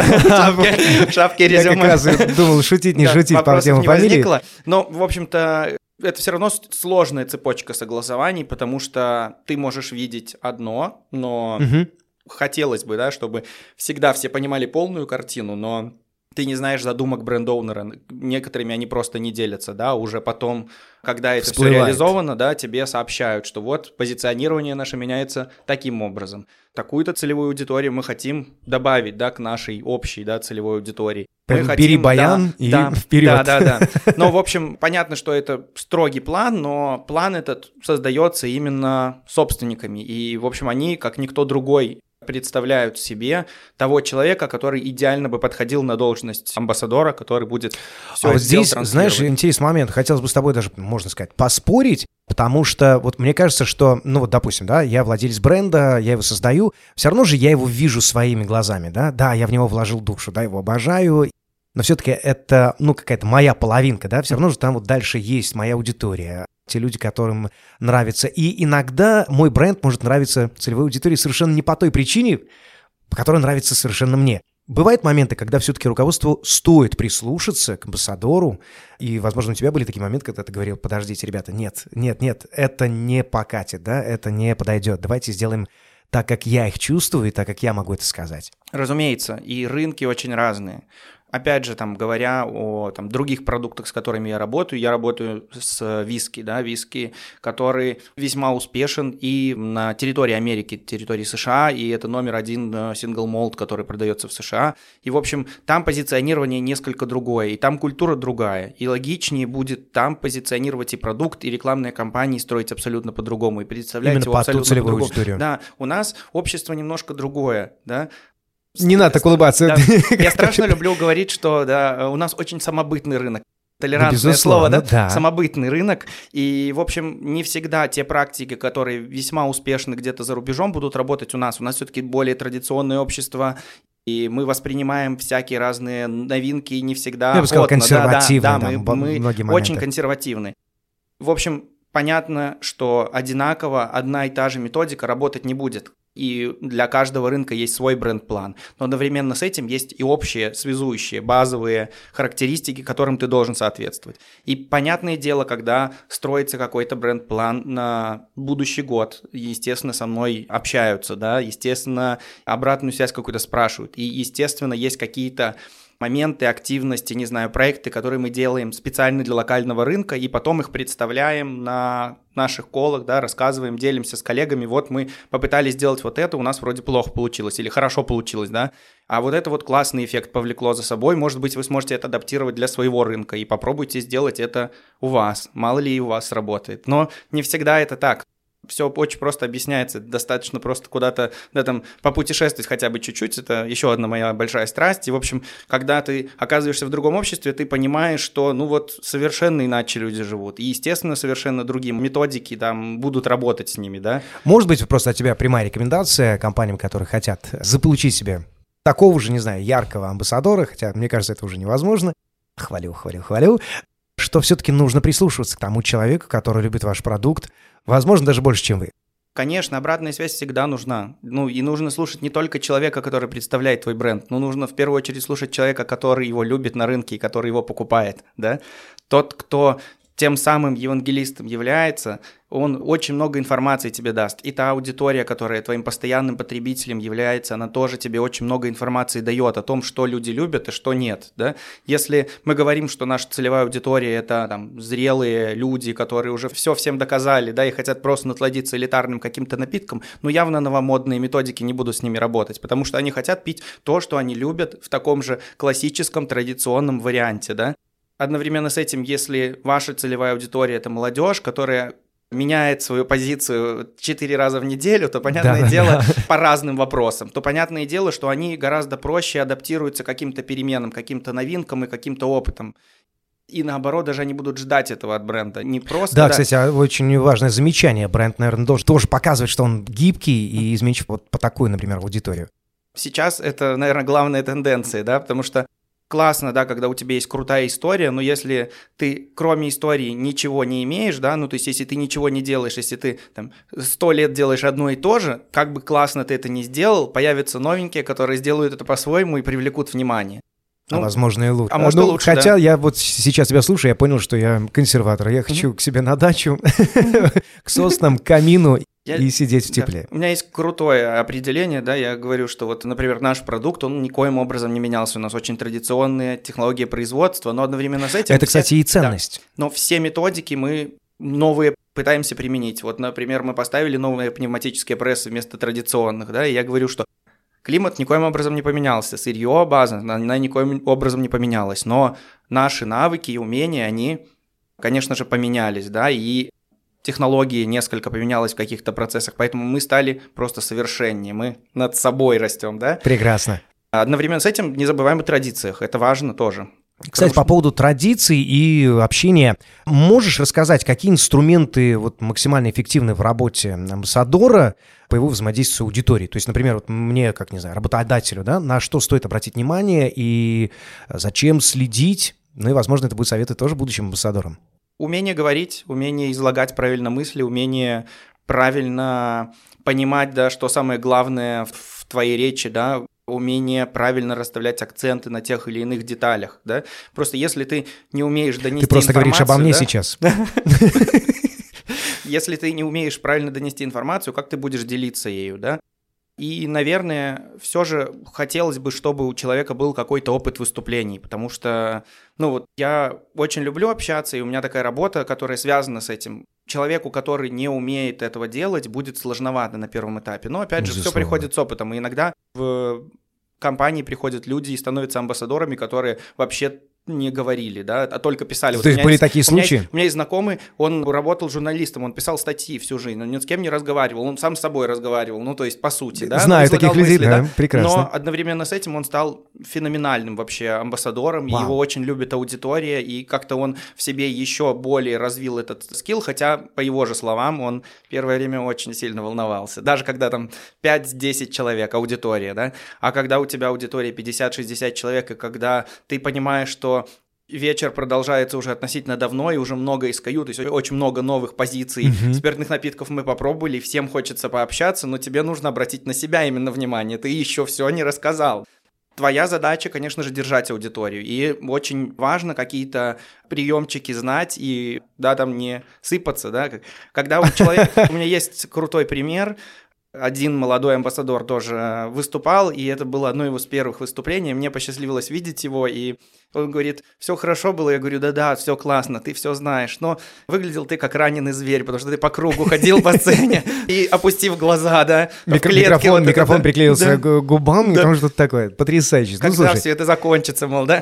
в шапке резюме... Я как раз думал, шутить, не шутить по тему фамилии. Но, в общем-то, это все равно сложная цепочка согласований, потому что ты можешь видеть одно, но хотелось бы, да, чтобы всегда все понимали полную картину, но... Ты не знаешь задумок бренд-оунера, некоторыми они просто не делятся, да, уже потом, когда это все реализовано, да, тебе сообщают, что вот позиционирование наше меняется таким образом. Такую-то целевую аудиторию мы хотим добавить, да, к нашей общей, да, целевой аудитории. Мы хотим, бери баян и вперед. Да. Но, в общем, понятно, что это строгий план, но план этот создается именно собственниками, и, в общем, они, как никто другой, представляют себе того человека, который идеально бы подходил на должность амбассадора, который будет все вот здесь, знаешь, интересный момент. Хотелось бы с тобой даже, можно сказать, поспорить, потому что вот мне кажется, что, ну вот, допустим, да, я владелец бренда, я его создаю, все равно же я его вижу своими глазами, да, я в него вложил душу, да, его обожаю, но все-таки это, ну, какая-то моя половинка, да, все равно же там вот дальше есть моя аудитория, те люди, которым нравится. И иногда мой бренд может нравиться целевой аудитории совершенно не по той причине, по которой нравится совершенно мне. Бывают моменты, когда все-таки руководству стоит прислушаться к амбассадору, и, возможно, у тебя были такие моменты, когда ты говорил: подождите, ребята, нет, это не покатит, да, это не подойдет, давайте сделаем так, как я их чувствую, и так, как я могу это сказать. Разумеется, и рынки очень разные. Опять же, там, говоря о там, других продуктах, с которыми я работаю с виски, да, виски, который весьма успешен и на территории Америки, территории США, и это номер один single malt, который продается в США. И, в общем, там позиционирование несколько другое, и там культура другая, и логичнее будет там позиционировать и продукт, и рекламные кампании строить абсолютно по-другому, и представлять именно его абсолютно по-другому. Аудиторию. Да, у нас общество немножко другое, да. Не надо так улыбаться. Да. Я страшно люблю говорить, что да, у нас очень самобытный рынок. Толерантное слово, да? Самобытный рынок. И, в общем, не всегда те практики, которые весьма успешны где-то за рубежом, будут работать у нас. У нас все-таки более традиционное общество, и мы воспринимаем всякие разные новинки не всегда. Я бы сказал, консервативно. Да, мы очень консервативны. В общем, понятно, что одинаково одна и та же методика работать не будет. И для каждого рынка есть свой бренд-план. Но одновременно с этим есть и общие, связующие, базовые характеристики, которым ты должен соответствовать. И понятное дело, когда строится какой-то бренд-план на будущий год, естественно, со мной общаются, да, естественно, обратную связь какую-то спрашивают. И, естественно, есть какие-то моменты, активности, не знаю, проекты, которые мы делаем специально для локального рынка, и потом их представляем на наших колах, да, рассказываем, делимся с коллегами, вот мы попытались сделать вот это, у нас вроде плохо получилось или хорошо получилось, да, а вот это вот классный эффект повлекло за собой, может быть, вы сможете это адаптировать для своего рынка и попробуйте сделать это у вас, мало ли и у вас сработает, но не всегда это так. Все очень просто объясняется, достаточно просто куда-то да, там, попутешествовать хотя бы чуть-чуть, это еще одна моя большая страсть, и, в общем, когда ты оказываешься в другом обществе, ты понимаешь, что, ну вот, совершенно иначе люди живут, и, естественно, совершенно другие методики там будут работать с ними, да. Может быть, просто от тебя прямая рекомендация компаниям, которые хотят заполучить себе такого же, не знаю, яркого амбассадора, хотя, мне кажется, это уже невозможно, хвалю, что все-таки нужно прислушиваться к тому человеку, который любит ваш продукт, возможно, даже больше, чем вы. Конечно, обратная связь всегда нужна. Ну, и нужно слушать не только человека, который представляет твой бренд, но нужно в первую очередь слушать человека, который его любит на рынке и который его покупает, да. Тот, кто тем самым евангелистом является, он очень много информации тебе даст. И та аудитория, которая твоим постоянным потребителем является, она тоже тебе очень много информации дает о том, что люди любят и что нет, да. Если мы говорим, что наша целевая аудитория – это там зрелые люди, которые уже все всем доказали, да, и хотят просто насладиться элитарным каким-то напитком, ну, явно новомодные методики не буду с ними работать, потому что они хотят пить то, что они любят в таком же классическом, традиционном варианте, да. Одновременно с этим, если ваша целевая аудитория – это молодежь, которая меняет свою позицию 4 раза в неделю, то, понятное дело, по разным вопросам, то, понятное дело, что они гораздо проще адаптируются к каким-то переменам, каким-то новинкам и каким-то опытам. И наоборот, даже они будут ждать этого от бренда. Не просто... Да, кстати, очень важное замечание. Бренд, наверное, должен тоже показывать, что он гибкий и изменчив вот по такой, например, аудиторию. Сейчас это, наверное, главная тенденция, да, потому что классно, да, когда у тебя есть крутая история, но если ты кроме истории ничего не имеешь, да, ну то есть если ты ничего не делаешь, если ты там 100 лет делаешь одно и то же, как бы классно ты это не сделал, появятся новенькие, которые сделают это по-своему и привлекут внимание. Ну, возможно, и лучше. А может, и лучше, хотя да. Я вот сейчас тебя слушаю, я понял, что я консерватор. Я хочу к себе на дачу, к соснам, к камину и сидеть в тепле. У меня есть крутое определение, да, я говорю, что вот, например, наш продукт, он никоим образом не менялся. У нас очень традиционные технологии производства, но одновременно с этим... Это, кстати, и ценность. Да, но все методики мы новые пытаемся применить. Вот, например, мы поставили новые пневматические прессы вместо традиционных, да, и я говорю, что климат никоим образом не поменялся, сырье, база, она никоим образом не поменялась, но наши навыки и умения, они, конечно же, поменялись, да, и технологии несколько поменялось в каких-то процессах, поэтому мы стали просто совершеннее, мы над собой растем, да. Прекрасно. Одновременно с этим не забываем о традициях, это важно тоже. Кстати, по поводу традиций и общения, можешь рассказать, какие инструменты вот максимально эффективны в работе амбассадора по его взаимодействию с аудиторией? То есть, например, вот мне, как, не знаю, работодателю, да, на что стоит обратить внимание и зачем следить? Ну и, возможно, это будут советы тоже будущим амбассадорам. Умение говорить, умение излагать правильно мысли, умение правильно понимать, да, что самое главное в твоей речи, да, умение правильно расставлять акценты на тех или иных деталях, да. Просто если ты не умеешь донести информацию... Ты просто говоришь обо мне, да? Сейчас. Если ты не умеешь правильно донести информацию, как ты будешь делиться ею, да? И, наверное, все же хотелось бы, чтобы у человека был какой-то опыт выступлений, потому что, ну вот, я очень люблю общаться, и у меня такая работа, которая связана с этим. Человеку, который не умеет этого делать, будет сложновато на первом этапе. Но, опять же, все приходит с опытом, и иногда в компании приходят люди и становятся амбассадорами, которые вообще не говорили, да, а только писали. То есть были такие случаи? У меня есть знакомый, он работал журналистом, он писал статьи всю жизнь, он ни с кем не разговаривал, он сам с собой разговаривал, ну, то есть, по сути, да. Знаю таких людей, мысли, да, прекрасно. Но одновременно с этим он стал феноменальным вообще амбассадором, и его очень любит аудитория, и как-то он в себе еще более развил этот скилл, хотя, по его же словам, он первое время очень сильно волновался, даже когда там 5-10 человек аудитория, да, а когда у тебя аудитория 50-60 человек, и когда ты понимаешь, что вечер продолжается уже относительно давно, и уже много SKU, то есть очень много новых позиций спиртных напитков мы попробовали, всем хочется пообщаться, но тебе нужно обратить на себя именно внимание, ты еще все не рассказал. Твоя задача, конечно же, держать аудиторию, и очень важно какие-то приемчики знать и, да, там не сыпаться, да, когда у человека, у меня есть крутой пример. Один молодой амбассадор тоже выступал, и это было одно из первых выступлений. Мне посчастливилось видеть его, и он говорит: все хорошо было. Я говорю: да-да, все классно, ты все знаешь, но выглядел ты как раненый зверь, потому что ты по кругу ходил по сцене и, опустив глаза, да, в клетке. Микрофон приклеился к губам, потому что такое потрясающе. Когда все это закончится, мол, да?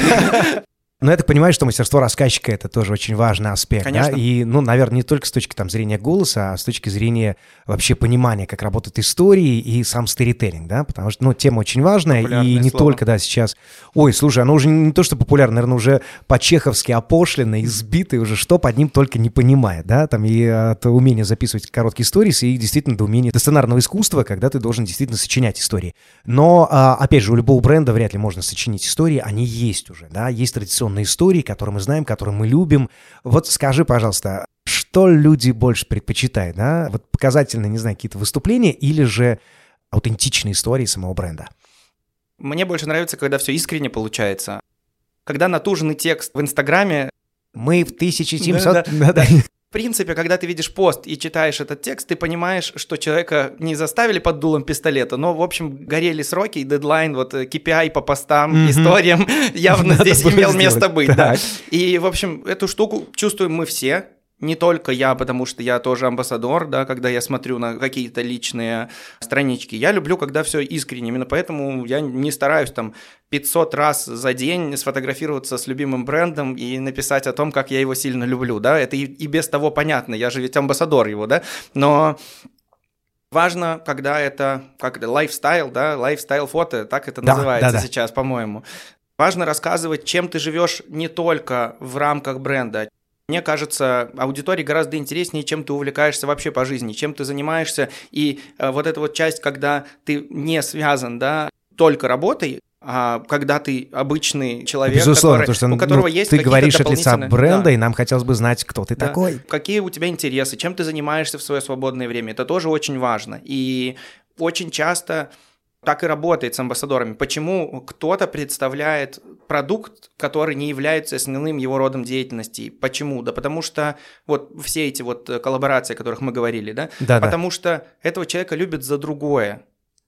Но я так понимаю, что мастерство рассказчика — это тоже очень важный аспект. Конечно. Да? И, ну, наверное, не только с точки там, зрения голоса, а с точки зрения вообще понимания, как работают истории и сам сторителлинг, да, потому что, ну, тема очень важная, популярное и не слово. только, да, сейчас... Ой, слушай, оно уже не то, что популярно, наверное, уже по-чеховски опошлено, избито, уже что под ним только не понимает, да, там и от умения записывать короткие сторис, и действительно до умения до сценарного искусства, когда ты должен действительно сочинять истории. Но, опять же, у любого бренда вряд ли можно сочинить истории, они есть уже, да, есть традиционные истории, которые мы знаем, которые мы любим. Вот скажи, пожалуйста, что люди больше предпочитают, да? Вот показательные, не знаю, какие-то выступления или же аутентичные истории самого бренда? Мне больше нравится, когда все искренне получается. Когда натуженный текст в Инстаграме... Мы в 1700... Да. В принципе, когда ты видишь пост и читаешь этот текст, ты понимаешь, что человека не заставили под дулом пистолета, но, в общем, горели сроки и дедлайн, вот KPI по постам, историям явно здесь имел место быть. Да. И, в общем, эту штуку чувствуем мы все. Не только я, потому что я тоже амбассадор, да, когда я смотрю на какие-то личные странички. Я люблю, когда все искренне, именно поэтому я не стараюсь там 500 раз за день сфотографироваться с любимым брендом и написать о том, как я его сильно люблю, да, это и без того понятно, я же ведь амбассадор его, да, но важно, когда это, как это, лайфстайл, да, лайфстайл-фото, так это называется сейчас, по-моему. Важно рассказывать, чем ты живешь не только в рамках бренда. Мне кажется, аудитории гораздо интереснее, чем ты увлекаешься вообще по жизни, чем ты занимаешься. И вот эта вот часть, когда ты не связан, да, только работой, а когда ты обычный человек, безусловно, у которого есть ты какие-то говоришь от лица дополнительные... бренда, и нам хотелось бы знать, кто ты такой. Какие у тебя интересы, чем ты занимаешься в свое свободное время. Это тоже очень важно. И очень часто... Так и работает с амбассадорами. Почему кто-то представляет продукт, который не является основным его родом деятельности? Почему? Да потому что вот все эти вот коллаборации, о которых мы говорили, да? Потому что этого человека любят за другое.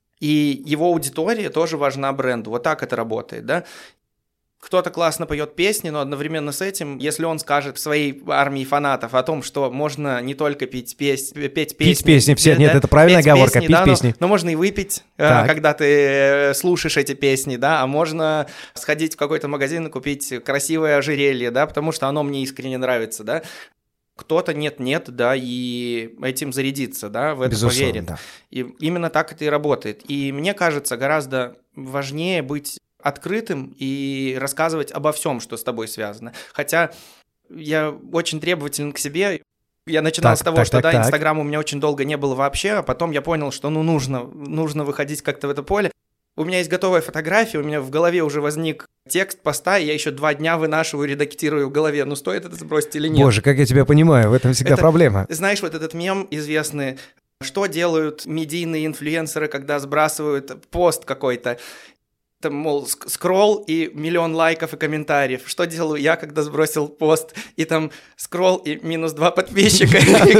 И его аудитория тоже важна бренду. Вот так это работает, да? Кто-то классно поет песни, но одновременно с этим, если он скажет своей армии фанатов о том, что можно не только петь песни... Петь песни, все, нет, это правильная оговорка, петь песни. Но можно и выпить, когда ты слушаешь эти песни, да, а можно сходить в какой-то магазин и купить красивое ожерелье, да, потому что оно мне искренне нравится, да. Кто-то нет-нет, да, и этим зарядится, да, в это поверит. Да. И именно так это и работает. И мне кажется, гораздо важнее быть открытым и рассказывать обо всем, что с тобой связано. Хотя я очень требователен к себе. Я начинал с того, что Инстаграма у меня очень долго не было вообще, а потом я понял, что нужно выходить как-то в это поле. У меня есть готовая фотография, у меня в голове уже возник текст поста, и я еще 2 дня вынашиваю, редактирую в голове, ну стоит это сбросить или нет. Боже, как я тебя понимаю, в этом всегда проблема. Знаешь, вот этот мем известный, что делают медийные инфлюенсеры, когда сбрасывают пост какой-то. Там, мол, скролл и 1 000 000 лайков и комментариев. Что делаю я, когда сбросил пост, и там скролл и -2 подписчика,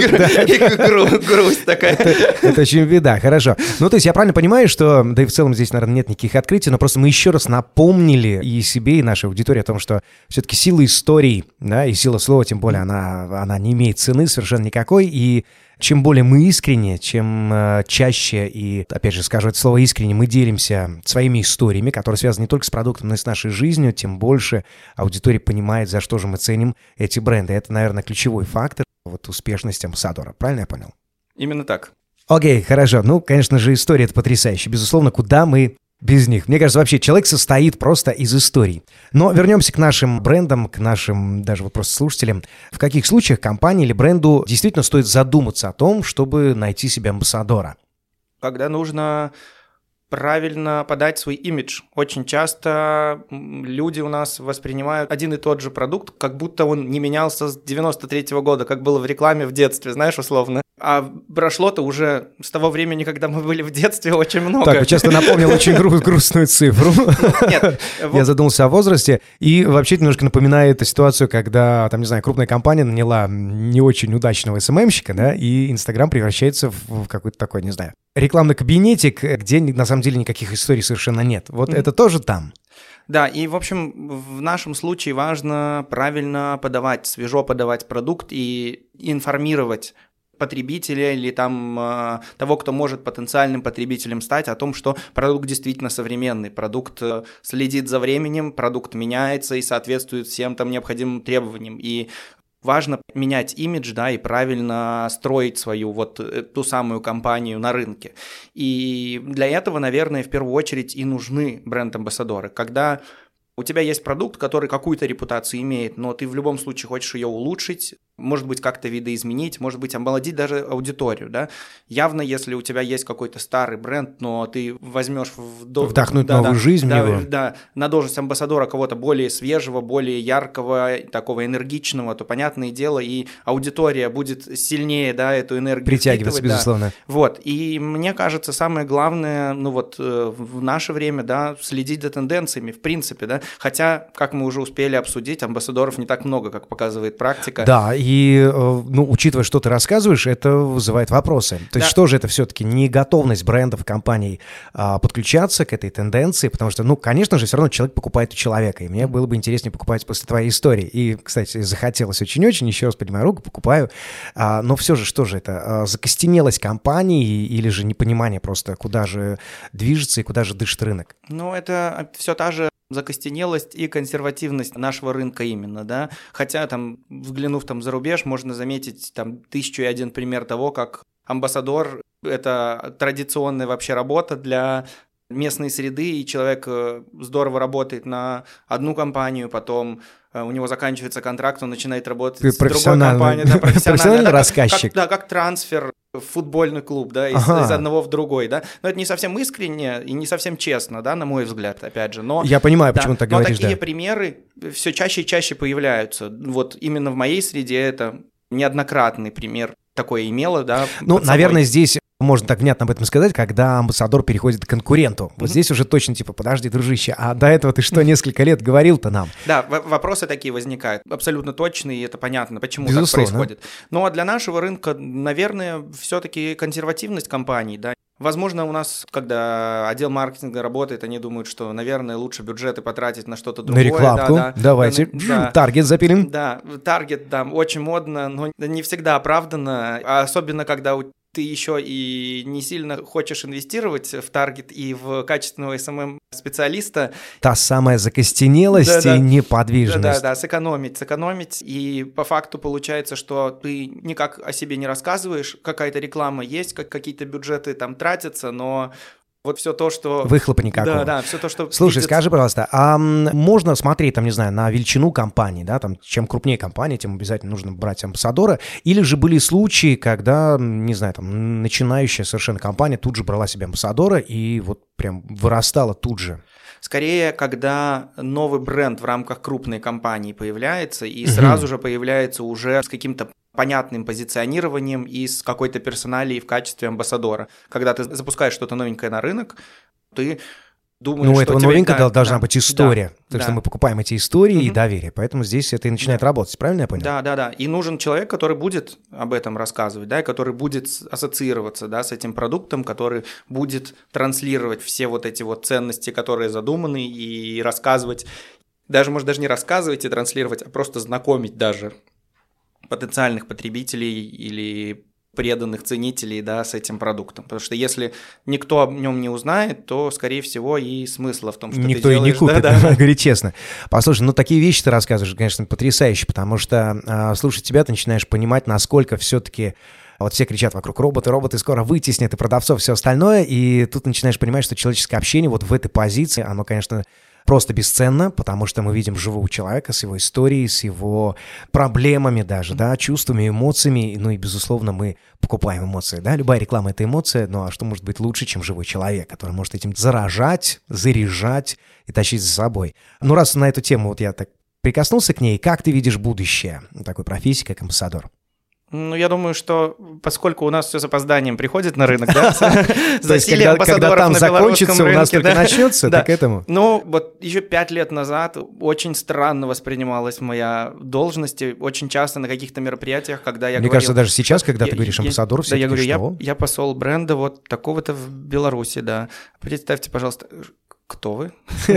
и грусть такая. Это очень беда, хорошо. Ну, то есть я правильно понимаю, что, да и в целом здесь, наверное, нет никаких открытий, но просто мы еще раз напомнили и себе, и нашей аудитории о том, что все-таки сила истории, да, и сила слова, тем более, она не имеет цены совершенно никакой, и чем более мы искренне, чем чаще, и, опять же, скажу это слово искренне, мы делимся своими историями, которые связаны не только с продуктом, но и с нашей жизнью, тем больше аудитория понимает, за что же мы ценим эти бренды. Это, наверное, ключевой фактор вот успешности амбассадора. Правильно я понял? Именно так. Окей, хорошо. Ну, конечно же, история это потрясающая. Безусловно, куда мы без них? Мне кажется, вообще человек состоит просто из историй. Но вернемся к нашим брендам, к нашим даже вот просто слушателям. В каких случаях компании или бренду действительно стоит задуматься о том, чтобы найти себе амбассадора? Когда нужно правильно подать свой имидж. Очень часто люди у нас воспринимают один и тот же продукт, как будто он не менялся с 93-го года, как было в рекламе в детстве, знаешь, условно. А прошло-то уже с того времени, когда мы были в детстве, очень много. Так, часто напомнил очень грустную цифру. Нет. Я задумался о возрасте, и вообще немножко напоминает ситуацию, когда, там, не знаю, крупная компания наняла не очень удачного СММщика, да, и Инстаграм превращается в какой-то такой, не знаю, рекламный кабинетик, где на самом деле никаких историй совершенно нет. Вот это тоже там. Да, и, в общем, в нашем случае важно правильно подавать, свежо подавать продукт и информировать потребителя или там того, кто может потенциальным потребителем стать, о том, что продукт действительно современный, продукт следит за временем, продукт меняется и соответствует всем там необходимым требованиям. И важно менять имидж, да, и правильно строить свою вот ту самую компанию на рынке. И для этого, наверное, в первую очередь и нужны бренд-амбассадоры. Когда у тебя есть продукт, который какую-то репутацию имеет, но ты в любом случае хочешь ее улучшить, может быть, как-то видоизменить, может быть, омолодить даже аудиторию, да. Явно, если у тебя есть какой-то старый бренд, но ты возьмешь вдохнуть новую жизнь в него. Да, на должность амбассадора кого-то более свежего, более яркого, такого энергичного, то, понятное дело, и аудитория будет сильнее, да, эту энергию притягиваться, безусловно. Да. Вот, и мне кажется, самое главное, ну вот, в наше время, да, следить за тенденциями, в принципе, да, хотя, как мы уже успели обсудить, амбассадоров не так много, как показывает практика. Да, и И, учитывая, что ты рассказываешь, это вызывает вопросы. То есть что же это все-таки? Не готовность брендов, компаний подключаться к этой тенденции, потому что, конечно же, все равно человек покупает у человека, и мне было бы интереснее покупать после твоей истории. И, кстати, захотелось очень-очень, еще раз поднимаю руку, покупаю. Но все же, что же это? Закостенелость компании или же непонимание просто, куда же движется и куда же дышит рынок? Это все та же закостенелость и консервативность нашего рынка именно, да. Хотя взглянув за рубеж, можно заметить 1001 пример того, как амбассадор – это традиционная вообще работа для местной среды, и человек здорово работает на одну компанию, потом у него заканчивается контракт, он начинает работать с другой компанией. Да, профессиональный рассказчик. Как трансфер в футбольный клуб, да, из одного в другой, да. Но это не совсем искренне и не совсем честно, да, на мой взгляд, опять же. Но, я понимаю, почему ты так говоришь, но такие примеры все чаще и чаще появляются. Вот именно в моей среде это неоднократный пример такое имело, да. Наверное, здесь можно так внятно об этом сказать, когда амбассадор переходит к конкуренту. Вот здесь уже точно подожди, дружище, а до этого ты что, несколько лет говорил-то нам? Да, вопросы такие возникают, абсолютно точные, и это понятно, почему Безусловно. Так происходит. Но для нашего рынка, наверное, все-таки консервативность компаний, да. Возможно, у нас, когда отдел маркетинга работает, они думают, что, наверное, лучше бюджеты потратить на что-то другое. На рекламку, давайте, таргет запилим. Да, таргет, очень модно, но не всегда оправданно, особенно когда ты еще и не сильно хочешь инвестировать в таргет и в качественного SMM-специалиста. Та самая закостенелость и неподвижность. Да, сэкономить. И по факту получается, что ты никак о себе не рассказываешь, какая-то реклама есть, какие-то бюджеты тратятся, но вот все то, что... Выхлопа никакого. Да, все то, что... Слушай, скажи, пожалуйста, а можно смотреть, на величину компании, да, чем крупнее компания, тем обязательно нужно брать амбассадора, или же были случаи, когда, начинающая совершенно компания тут же брала себе амбассадора и вот прям вырастала тут же? Скорее, когда новый бренд в рамках крупной компании появляется, и сразу же появляется уже с каким-то понятным позиционированием и с какой-то персоналией в качестве амбассадора. Когда ты запускаешь что-то новенькое на рынок, ты думаешь, что... этого новенького должна быть история. Потому что мы покупаем эти истории и доверие. Поэтому здесь это и начинает работать. Правильно я понял? Да. И нужен человек, который будет об этом рассказывать, да, который будет ассоциироваться, да, с этим продуктом, который будет транслировать все вот эти вот ценности, которые задуманы, и рассказывать, может, даже не рассказывать и транслировать, а просто знакомить даже потенциальных потребителей или преданных ценителей, да, с этим продуктом. Потому что если никто о нем не узнает, то, скорее всего, и смысла в том, что никто ты делаешь... Никто и не купит, говорит честно. Послушай, такие вещи ты рассказываешь, конечно, потрясающе, потому что, слушай, тебя ты начинаешь понимать, насколько все-таки... Вот все кричат вокруг роботы скоро вытеснят и продавцов, все остальное, и тут начинаешь понимать, что человеческое общение вот в этой позиции, оно, конечно, просто бесценно, потому что мы видим живого человека с его историей, с его проблемами даже, да, чувствами, эмоциями, и, безусловно, мы покупаем эмоции, да, любая реклама — это эмоция, а что может быть лучше, чем живой человек, который может этим заражать, заряжать и тащить за собой. Раз на эту тему вот я так прикоснулся к ней, как ты видишь будущее такой профессии, как амбассадор? Я думаю, что поскольку у нас все с опозданием приходит на рынок, да, засилие амбассадоров на белорусском рынке, у нас только начнется, так к этому. Вот еще 5 лет назад очень странно воспринималась моя должность, очень часто на каких-то мероприятиях, когда я говорил... Мне кажется, даже сейчас, когда ты говоришь амбассадор, все таки что? Да, я говорю, я посол бренда вот такого-то в Беларуси, да. Представьте, пожалуйста... Кто вы?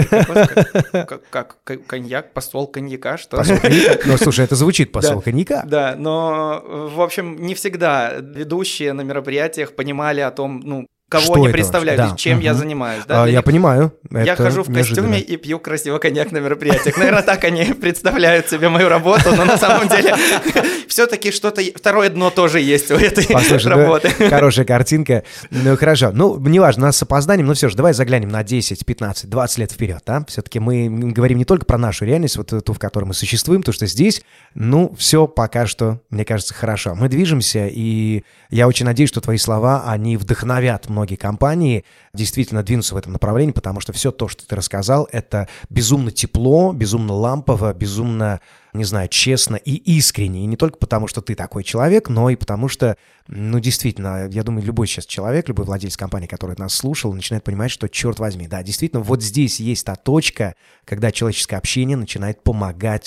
Как коньяк, посол коньяка, что? Посол коньяка? Слушай, это звучит посол коньяка. Да, но, в общем, не всегда ведущие на мероприятиях понимали о том, кого что они представляют, чем я занимаюсь. Да? Я понимаю. Я хожу в костюме и пью красиво коньяк на мероприятиях. Наверное, так они представляют себе мою работу, но на самом деле все-таки что-то, второе дно тоже есть у этой работы. Хорошая картинка. Хорошо. Неважно, у нас с опозданием, но все же, давай заглянем на 10, 15, 20 лет вперед. Да? Все-таки мы говорим не только про нашу реальность, вот ту, в которой мы существуем, то, что здесь, все пока что, мне кажется, хорошо. Мы движемся, и я очень надеюсь, что твои слова, они вдохновят многие компании действительно двинуться в этом направлении, потому что все то, что ты рассказал, это безумно тепло, безумно лампово, безумно, не знаю, честно и искренне. И не только потому, что ты такой человек, но и потому что, действительно, я думаю, любой сейчас человек, любой владелец компании, который нас слушал, начинает понимать, что, черт возьми, да, действительно, вот здесь есть та точка, когда человеческое общение начинает помогать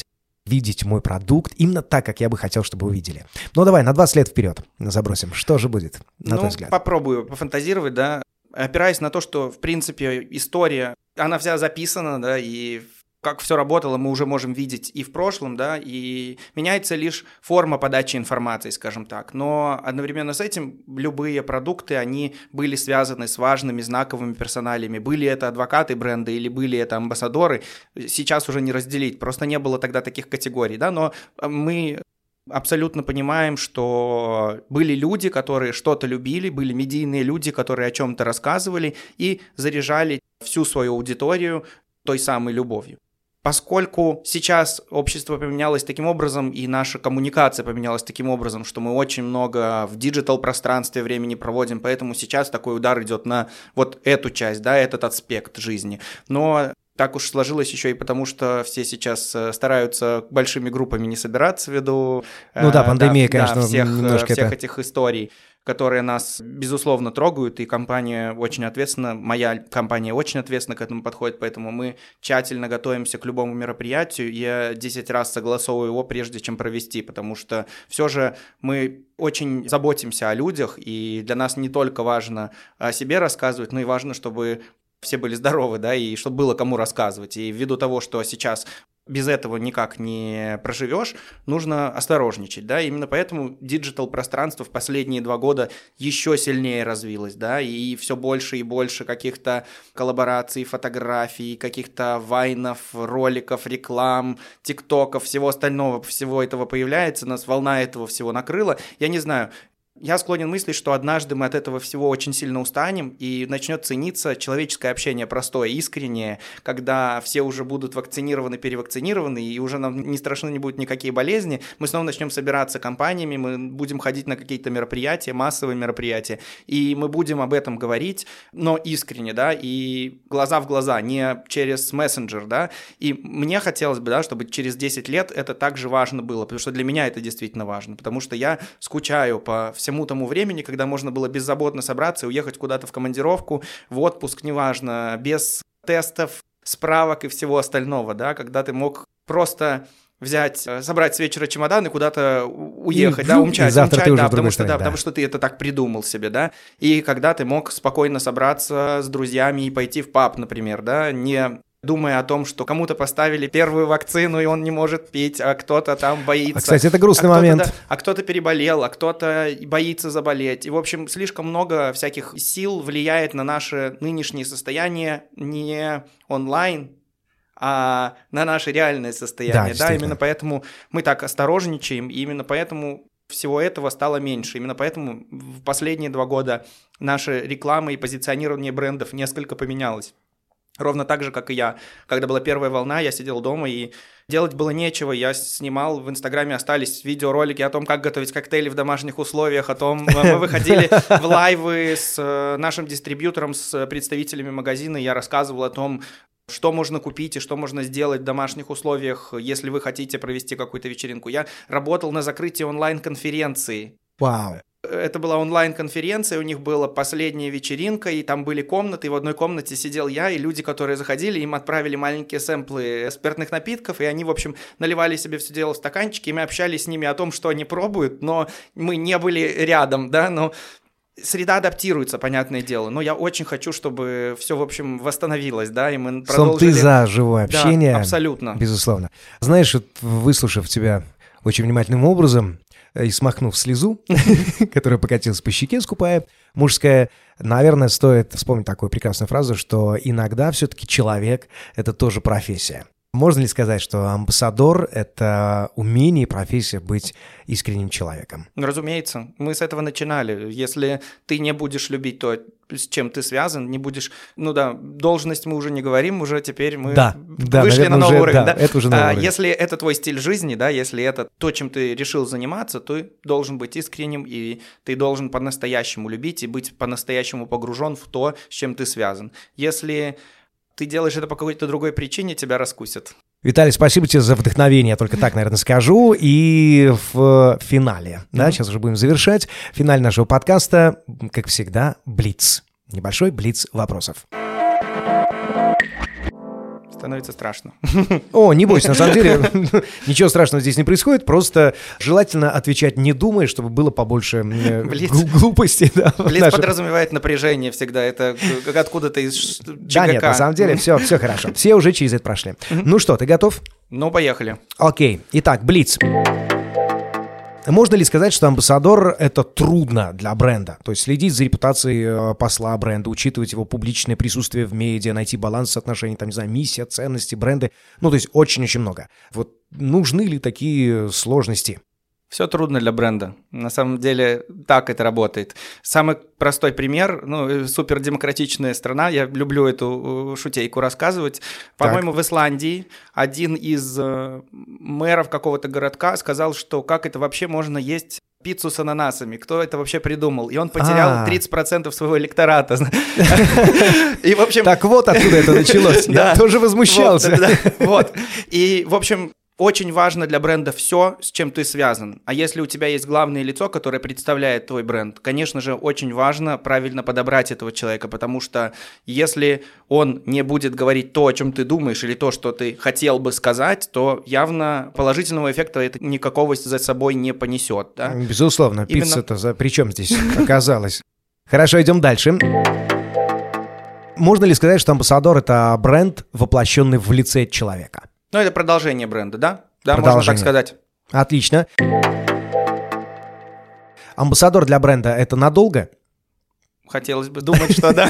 видеть мой продукт именно так, как я бы хотел, чтобы увидели. Ну, давай, на 20 лет вперед забросим. Что же будет, на твой взгляд? Попробую пофантазировать, да. Опираясь на то, что, в принципе, история, она вся записана, да, и как все работало, мы уже можем видеть и в прошлом, да, и меняется лишь форма подачи информации, скажем так. Но одновременно с этим любые продукты, они были связаны с важными знаковыми персоналями. Были это адвокаты бренда или были это амбассадоры, сейчас уже не разделить, просто не было тогда таких категорий, да, но мы абсолютно понимаем, что были люди, которые что-то любили, были медийные люди, которые о чем-то рассказывали и заряжали всю свою аудиторию той самой любовью. Поскольку сейчас общество поменялось таким образом, и наша коммуникация поменялась таким образом, что мы очень много в диджитал-пространстве времени проводим, поэтому сейчас такой удар идет на вот эту часть, да, этот аспект жизни. Но так уж сложилось еще и потому, что все сейчас стараются большими группами не собираться ввиду пандемия, конечно, всех этих историй, которые нас, безусловно, трогают, и компания очень ответственно, моя компания очень ответственно к этому подходит, поэтому мы тщательно готовимся к любому мероприятию, я 10 раз согласовываю его, прежде чем провести, потому что все же мы очень заботимся о людях, и для нас не только важно о себе рассказывать, но и важно, чтобы все были здоровы, да, и чтобы было кому рассказывать, и ввиду того, что сейчас без этого никак не проживешь, нужно осторожничать, да, именно поэтому диджитал-пространство в последние 2 года еще сильнее развилось, да, и все больше и больше каких-то коллабораций, фотографий, каких-то вайнов, роликов, реклам, тиктоков, всего остального, всего этого появляется, нас волна этого всего накрыла, я не знаю. Я склонен мыслить, что однажды мы от этого всего очень сильно устанем, и начнет цениться человеческое общение простое, искреннее, когда все уже будут вакцинированы, перевакцинированы, и уже нам не страшны не будут никакие болезни, мы снова начнем собираться компаниями, мы будем ходить на какие-то мероприятия, массовые мероприятия, и мы будем об этом говорить, но искренне, да, и глаза в глаза, не через мессенджер, да, и мне хотелось бы, да, чтобы через 10 лет это также важно было, потому что для меня это действительно важно, потому что я скучаю по всему тому времени, когда можно было беззаботно собраться и уехать куда-то в командировку, в отпуск, неважно, без тестов, справок и всего остального, да, когда ты мог просто взять, собрать с вечера чемодан и куда-то уехать, да, умчать, да, потому что ты это так придумал себе, да, и когда ты мог спокойно собраться с друзьями и пойти в паб, например, да, не думая о том, что кому-то поставили первую вакцину, и он не может пить, а кто-то там боится. Кстати, это грустный момент. Да, а кто-то переболел, а кто-то боится заболеть. И, в общем, слишком много всяких сил влияет на наше нынешнее состояние не онлайн, а на наше реальное состояние. Да, именно поэтому мы так осторожничаем, и именно поэтому всего этого стало меньше. Именно поэтому в последние 2 года наша реклама и позиционирование брендов несколько поменялось. Ровно так же, как и я. Когда была первая волна, я сидел дома и делать было нечего. Я снимал, в Инстаграме остались видеоролики о том, как готовить коктейли в домашних условиях, о том, мы выходили в лайвы с нашим дистрибьютором, с представителями магазина, я рассказывал о том, что можно купить и что можно сделать в домашних условиях, если вы хотите провести какую-то вечеринку. Я работал на закрытии онлайн-конференции. Вау! Это была онлайн-конференция, у них была последняя вечеринка, и там были комнаты, и в одной комнате сидел я, и люди, которые заходили, им отправили маленькие сэмплы спиртных напитков, и они, в общем, наливали себе все дело в стаканчики, и мы общались с ними о том, что они пробуют, но мы не были рядом, да, но среда адаптируется, понятное дело, но я очень хочу, чтобы все, в общем, восстановилось, да, и мы продолжили... Ты за живое общение. Да, абсолютно. Безусловно. Знаешь, выслушав тебя очень внимательным образом и смахнув слезу, которая покатилась по щеке скупая, мужская, наверное, стоит вспомнить такую прекрасную фразу, что иногда все-таки человек — это тоже профессия. Можно ли сказать, что амбассадор — это умение и профессия быть искренним человеком? Разумеется, мы с этого начинали. Если ты не будешь любить то, с чем ты связан, не будешь... Ну да, должность мы уже не говорим, уже теперь мы вышли на новый уровень. Да, это уже новый уровень. Если это твой стиль жизни, да, если это то, чем ты решил заниматься, то ты должен быть искренним, и ты должен по-настоящему любить и быть по-настоящему погружен в то, с чем ты связан. Если ты делаешь это по какой-то другой причине, тебя раскусят. Виталий, спасибо тебе за вдохновение, я только так, наверное, скажу. И в финале, да, сейчас уже будем завершать, в финале нашего подкаста, как всегда, блиц. Небольшой блиц вопросов. становится страшно. О, не бойся, на самом деле ничего страшного здесь не происходит, просто желательно отвечать не думая, чтобы было побольше глупости. Блиц подразумевает напряжение всегда, это откуда-то из ЧГК. Да нет, на самом деле все хорошо, все уже через это прошли. Ну что, ты готов? Ну, поехали. Окей, итак, Блиц. Можно ли сказать, что амбассадор — это трудно для бренда? То есть следить за репутацией посла бренда, учитывать его публичное присутствие в медиа, найти баланс соотношений, там, не знаю, миссия, ценности, бренды. Ну, то есть очень-очень много. Вот нужны ли такие сложности? Все трудно для бренда. На самом деле так это работает. Самый простой пример, супердемократичная страна, я люблю эту шутейку рассказывать. По-моему, в Исландии один из мэров какого-то городка сказал, что как это вообще можно есть пиццу с ананасами, кто это вообще придумал? И он потерял 30% своего электората. И, в общем... Так вот откуда это началось. Я тоже возмущался. Вот. И, в общем... Очень важно для бренда все, с чем ты связан. А если у тебя есть главное лицо, которое представляет твой бренд, конечно же, очень важно правильно подобрать этого человека, потому что если он не будет говорить то, о чем ты думаешь, или то, что ты хотел бы сказать, то явно положительного эффекта это никакого за собой не понесет. Да? Безусловно, пицца-то при чем здесь оказалась? Хорошо, идем дальше. Можно ли сказать, что амбассадор — это бренд, воплощенный в лице человека? Ну, это продолжение бренда, да? Да, можно так сказать. Отлично. Амбассадор для бренда — это надолго? Хотелось бы думать, что да.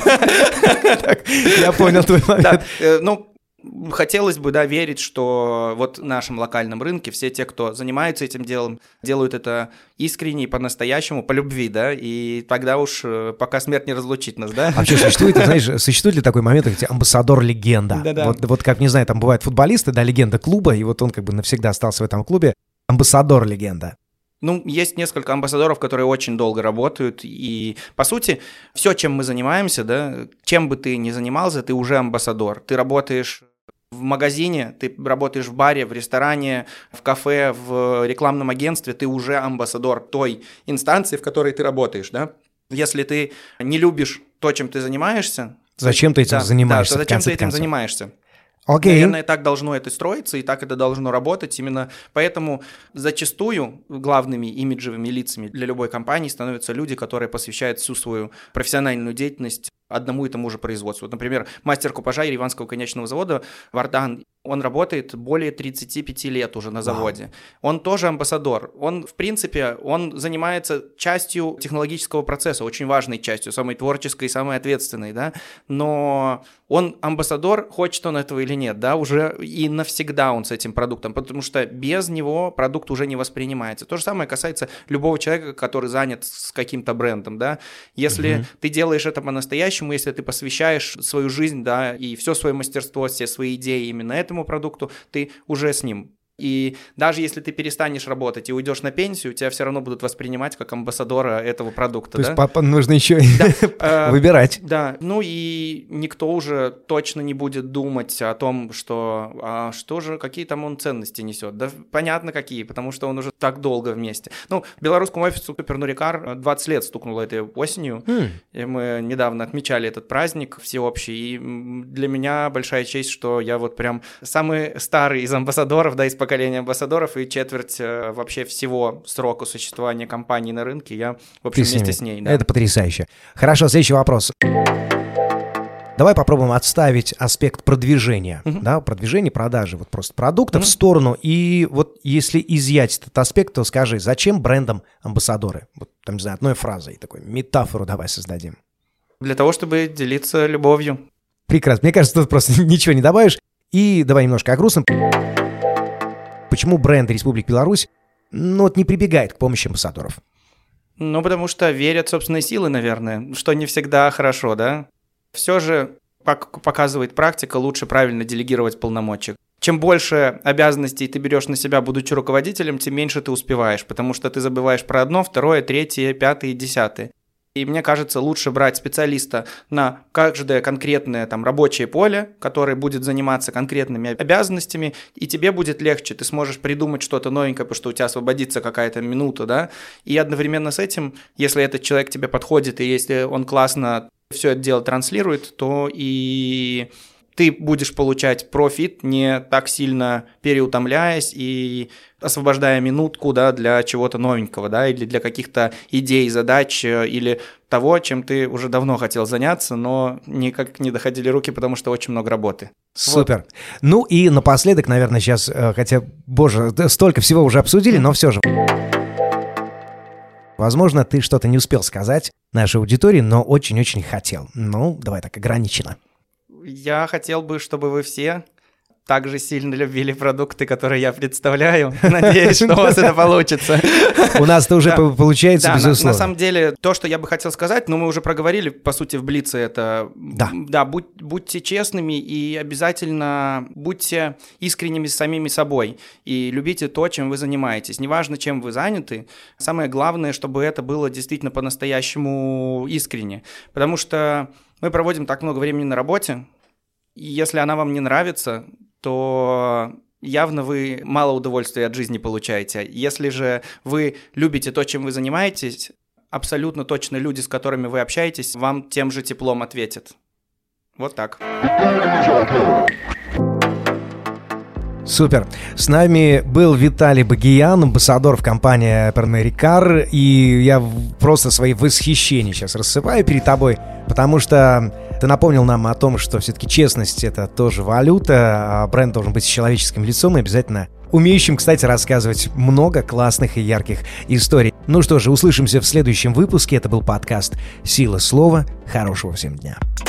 Я понял твой момент. Ну, хотелось бы, верить, что вот в нашем локальном рынке все те, кто занимается этим делом, делают это искренне и по-настоящему, по любви, да, и тогда уж пока смерть не разлучит нас, да. А вообще существует ли такой момент, где амбассадор-легенда? Да-да. Вот как, не знаю, там бывают футболисты, да, легенда клуба, и вот он как бы навсегда остался в этом клубе. Амбассадор-легенда. Ну, есть несколько амбассадоров, которые очень долго работают, и, по сути, все, чем мы занимаемся, да, чем бы ты ни занимался, ты уже амбассадор. Ты работаешь в магазине, ты работаешь в баре, в ресторане, в кафе, в рекламном агентстве, ты уже амбассадор той инстанции, в которой ты работаешь, да. Если ты не любишь то, чем ты занимаешься... Зачем ты этим занимаешься? Да, зачем ты этим занимаешься? Окей. Наверное, так должно это строиться, и так это должно работать. Именно поэтому зачастую главными имиджевыми лицами для любой компании становятся люди, которые посвящают всю свою профессиональную деятельность одному и тому же производству. Вот, например, мастер купажа Ереванского конечного завода Вардан, он работает более 35 лет уже на заводе. Он тоже амбассадор. Он, в принципе, он занимается частью технологического процесса, очень важной частью, самой творческой, самой ответственной, да, но он амбассадор, хочет он этого или нет, да, уже и навсегда он с этим продуктом, потому что без него продукт уже не воспринимается. То же самое касается любого человека, который занят с каким-то брендом, да. Если ты делаешь это по-настоящему, если ты посвящаешь свою жизнь, да, и все свое мастерство, все свои идеи именно этому продукту, ты уже с ним. И даже если ты перестанешь работать и уйдешь на пенсию, тебя все равно будут воспринимать как амбассадора этого продукта. То есть нужно еще выбирать. Да, ну и никто уже точно не будет думать о том, что какие там он ценности несет. Да понятно какие, потому что он уже так долго вместе. Ну, белорусскому офису Супернурикар 20 лет стукнуло этой осенью. И мы недавно отмечали этот праздник всеобщий. И для меня большая честь, что я вот прям самый старый из амбассадоров, да, из поколения амбассадоров, и четверть вообще всего срока существования компании на рынке я, в общем, вместе с ней. Да. Это потрясающе. Хорошо, следующий вопрос. Давай попробуем отставить аспект продвижения, да, продвижения, продажи, вот просто продукта в сторону. И вот если изъять этот аспект, то скажи, зачем брендам амбассадоры? Вот там, не знаю, одной фразой, такой метафору давай создадим. Для того, чтобы делиться любовью. Прекрасно. Мне кажется, тут просто ничего не добавишь. И давай немножко о грустном. Почему бренд Республики Беларусь, не прибегает к помощи амбассадоров? Ну, потому что верят в собственные силы, наверное, что не всегда хорошо, да? Все же, как показывает практика, лучше правильно делегировать полномочия. Чем больше обязанностей ты берешь на себя, будучи руководителем, тем меньше ты успеваешь, потому что ты забываешь про одно, второе, третье, пятое и десятое. И мне кажется, лучше брать специалиста на каждое конкретное там рабочее поле, который будет заниматься конкретными обязанностями, и тебе будет легче, ты сможешь придумать что-то новенькое, потому что у тебя освободится какая-то минута, да, и одновременно с этим, если этот человек тебе подходит, и если он классно все это дело транслирует, то и ты будешь получать профит, не так сильно переутомляясь и освобождая минутку, да, для чего-то новенького, да, или для каких-то идей, задач, или того, чем ты уже давно хотел заняться, но никак не доходили руки, потому что очень много работы. Супер. Вот. Ну и напоследок, наверное, сейчас, хотя, боже, столько всего уже обсудили, но все же... Возможно, ты что-то не успел сказать нашей аудитории, но очень-очень хотел. Ну, давай так, ограничено. Я хотел бы, чтобы вы все так же сильно любили продукты, которые я представляю. Надеюсь, что у вас это получится. У нас это уже получается, безусловно. На самом деле, то, что я бы хотел сказать, мы уже проговорили, по сути, в Блице это... Да, будьте честными и обязательно будьте искренними с самими собой. И любите то, чем вы занимаетесь. Неважно, чем вы заняты. Самое главное, чтобы это было действительно по-настоящему искренне. Потому что мы проводим так много времени на работе, и если она вам не нравится, то явно вы мало удовольствия от жизни получаете. Если же вы любите то, чем вы занимаетесь, абсолютно точно люди, с которыми вы общаетесь, вам тем же теплом ответят. Вот так. Супер. С нами был Виталий Багиян, амбассадор в компании Pernod Ricard, и я просто свои восхищения сейчас рассыпаю перед тобой, потому что ты напомнил нам о том, что все-таки честность — это тоже валюта, а бренд должен быть с человеческим лицом и обязательно умеющим, кстати, рассказывать много классных и ярких историй. Ну что же, услышимся в следующем выпуске. Это был подкаст «Сила слова». Хорошего всем дня.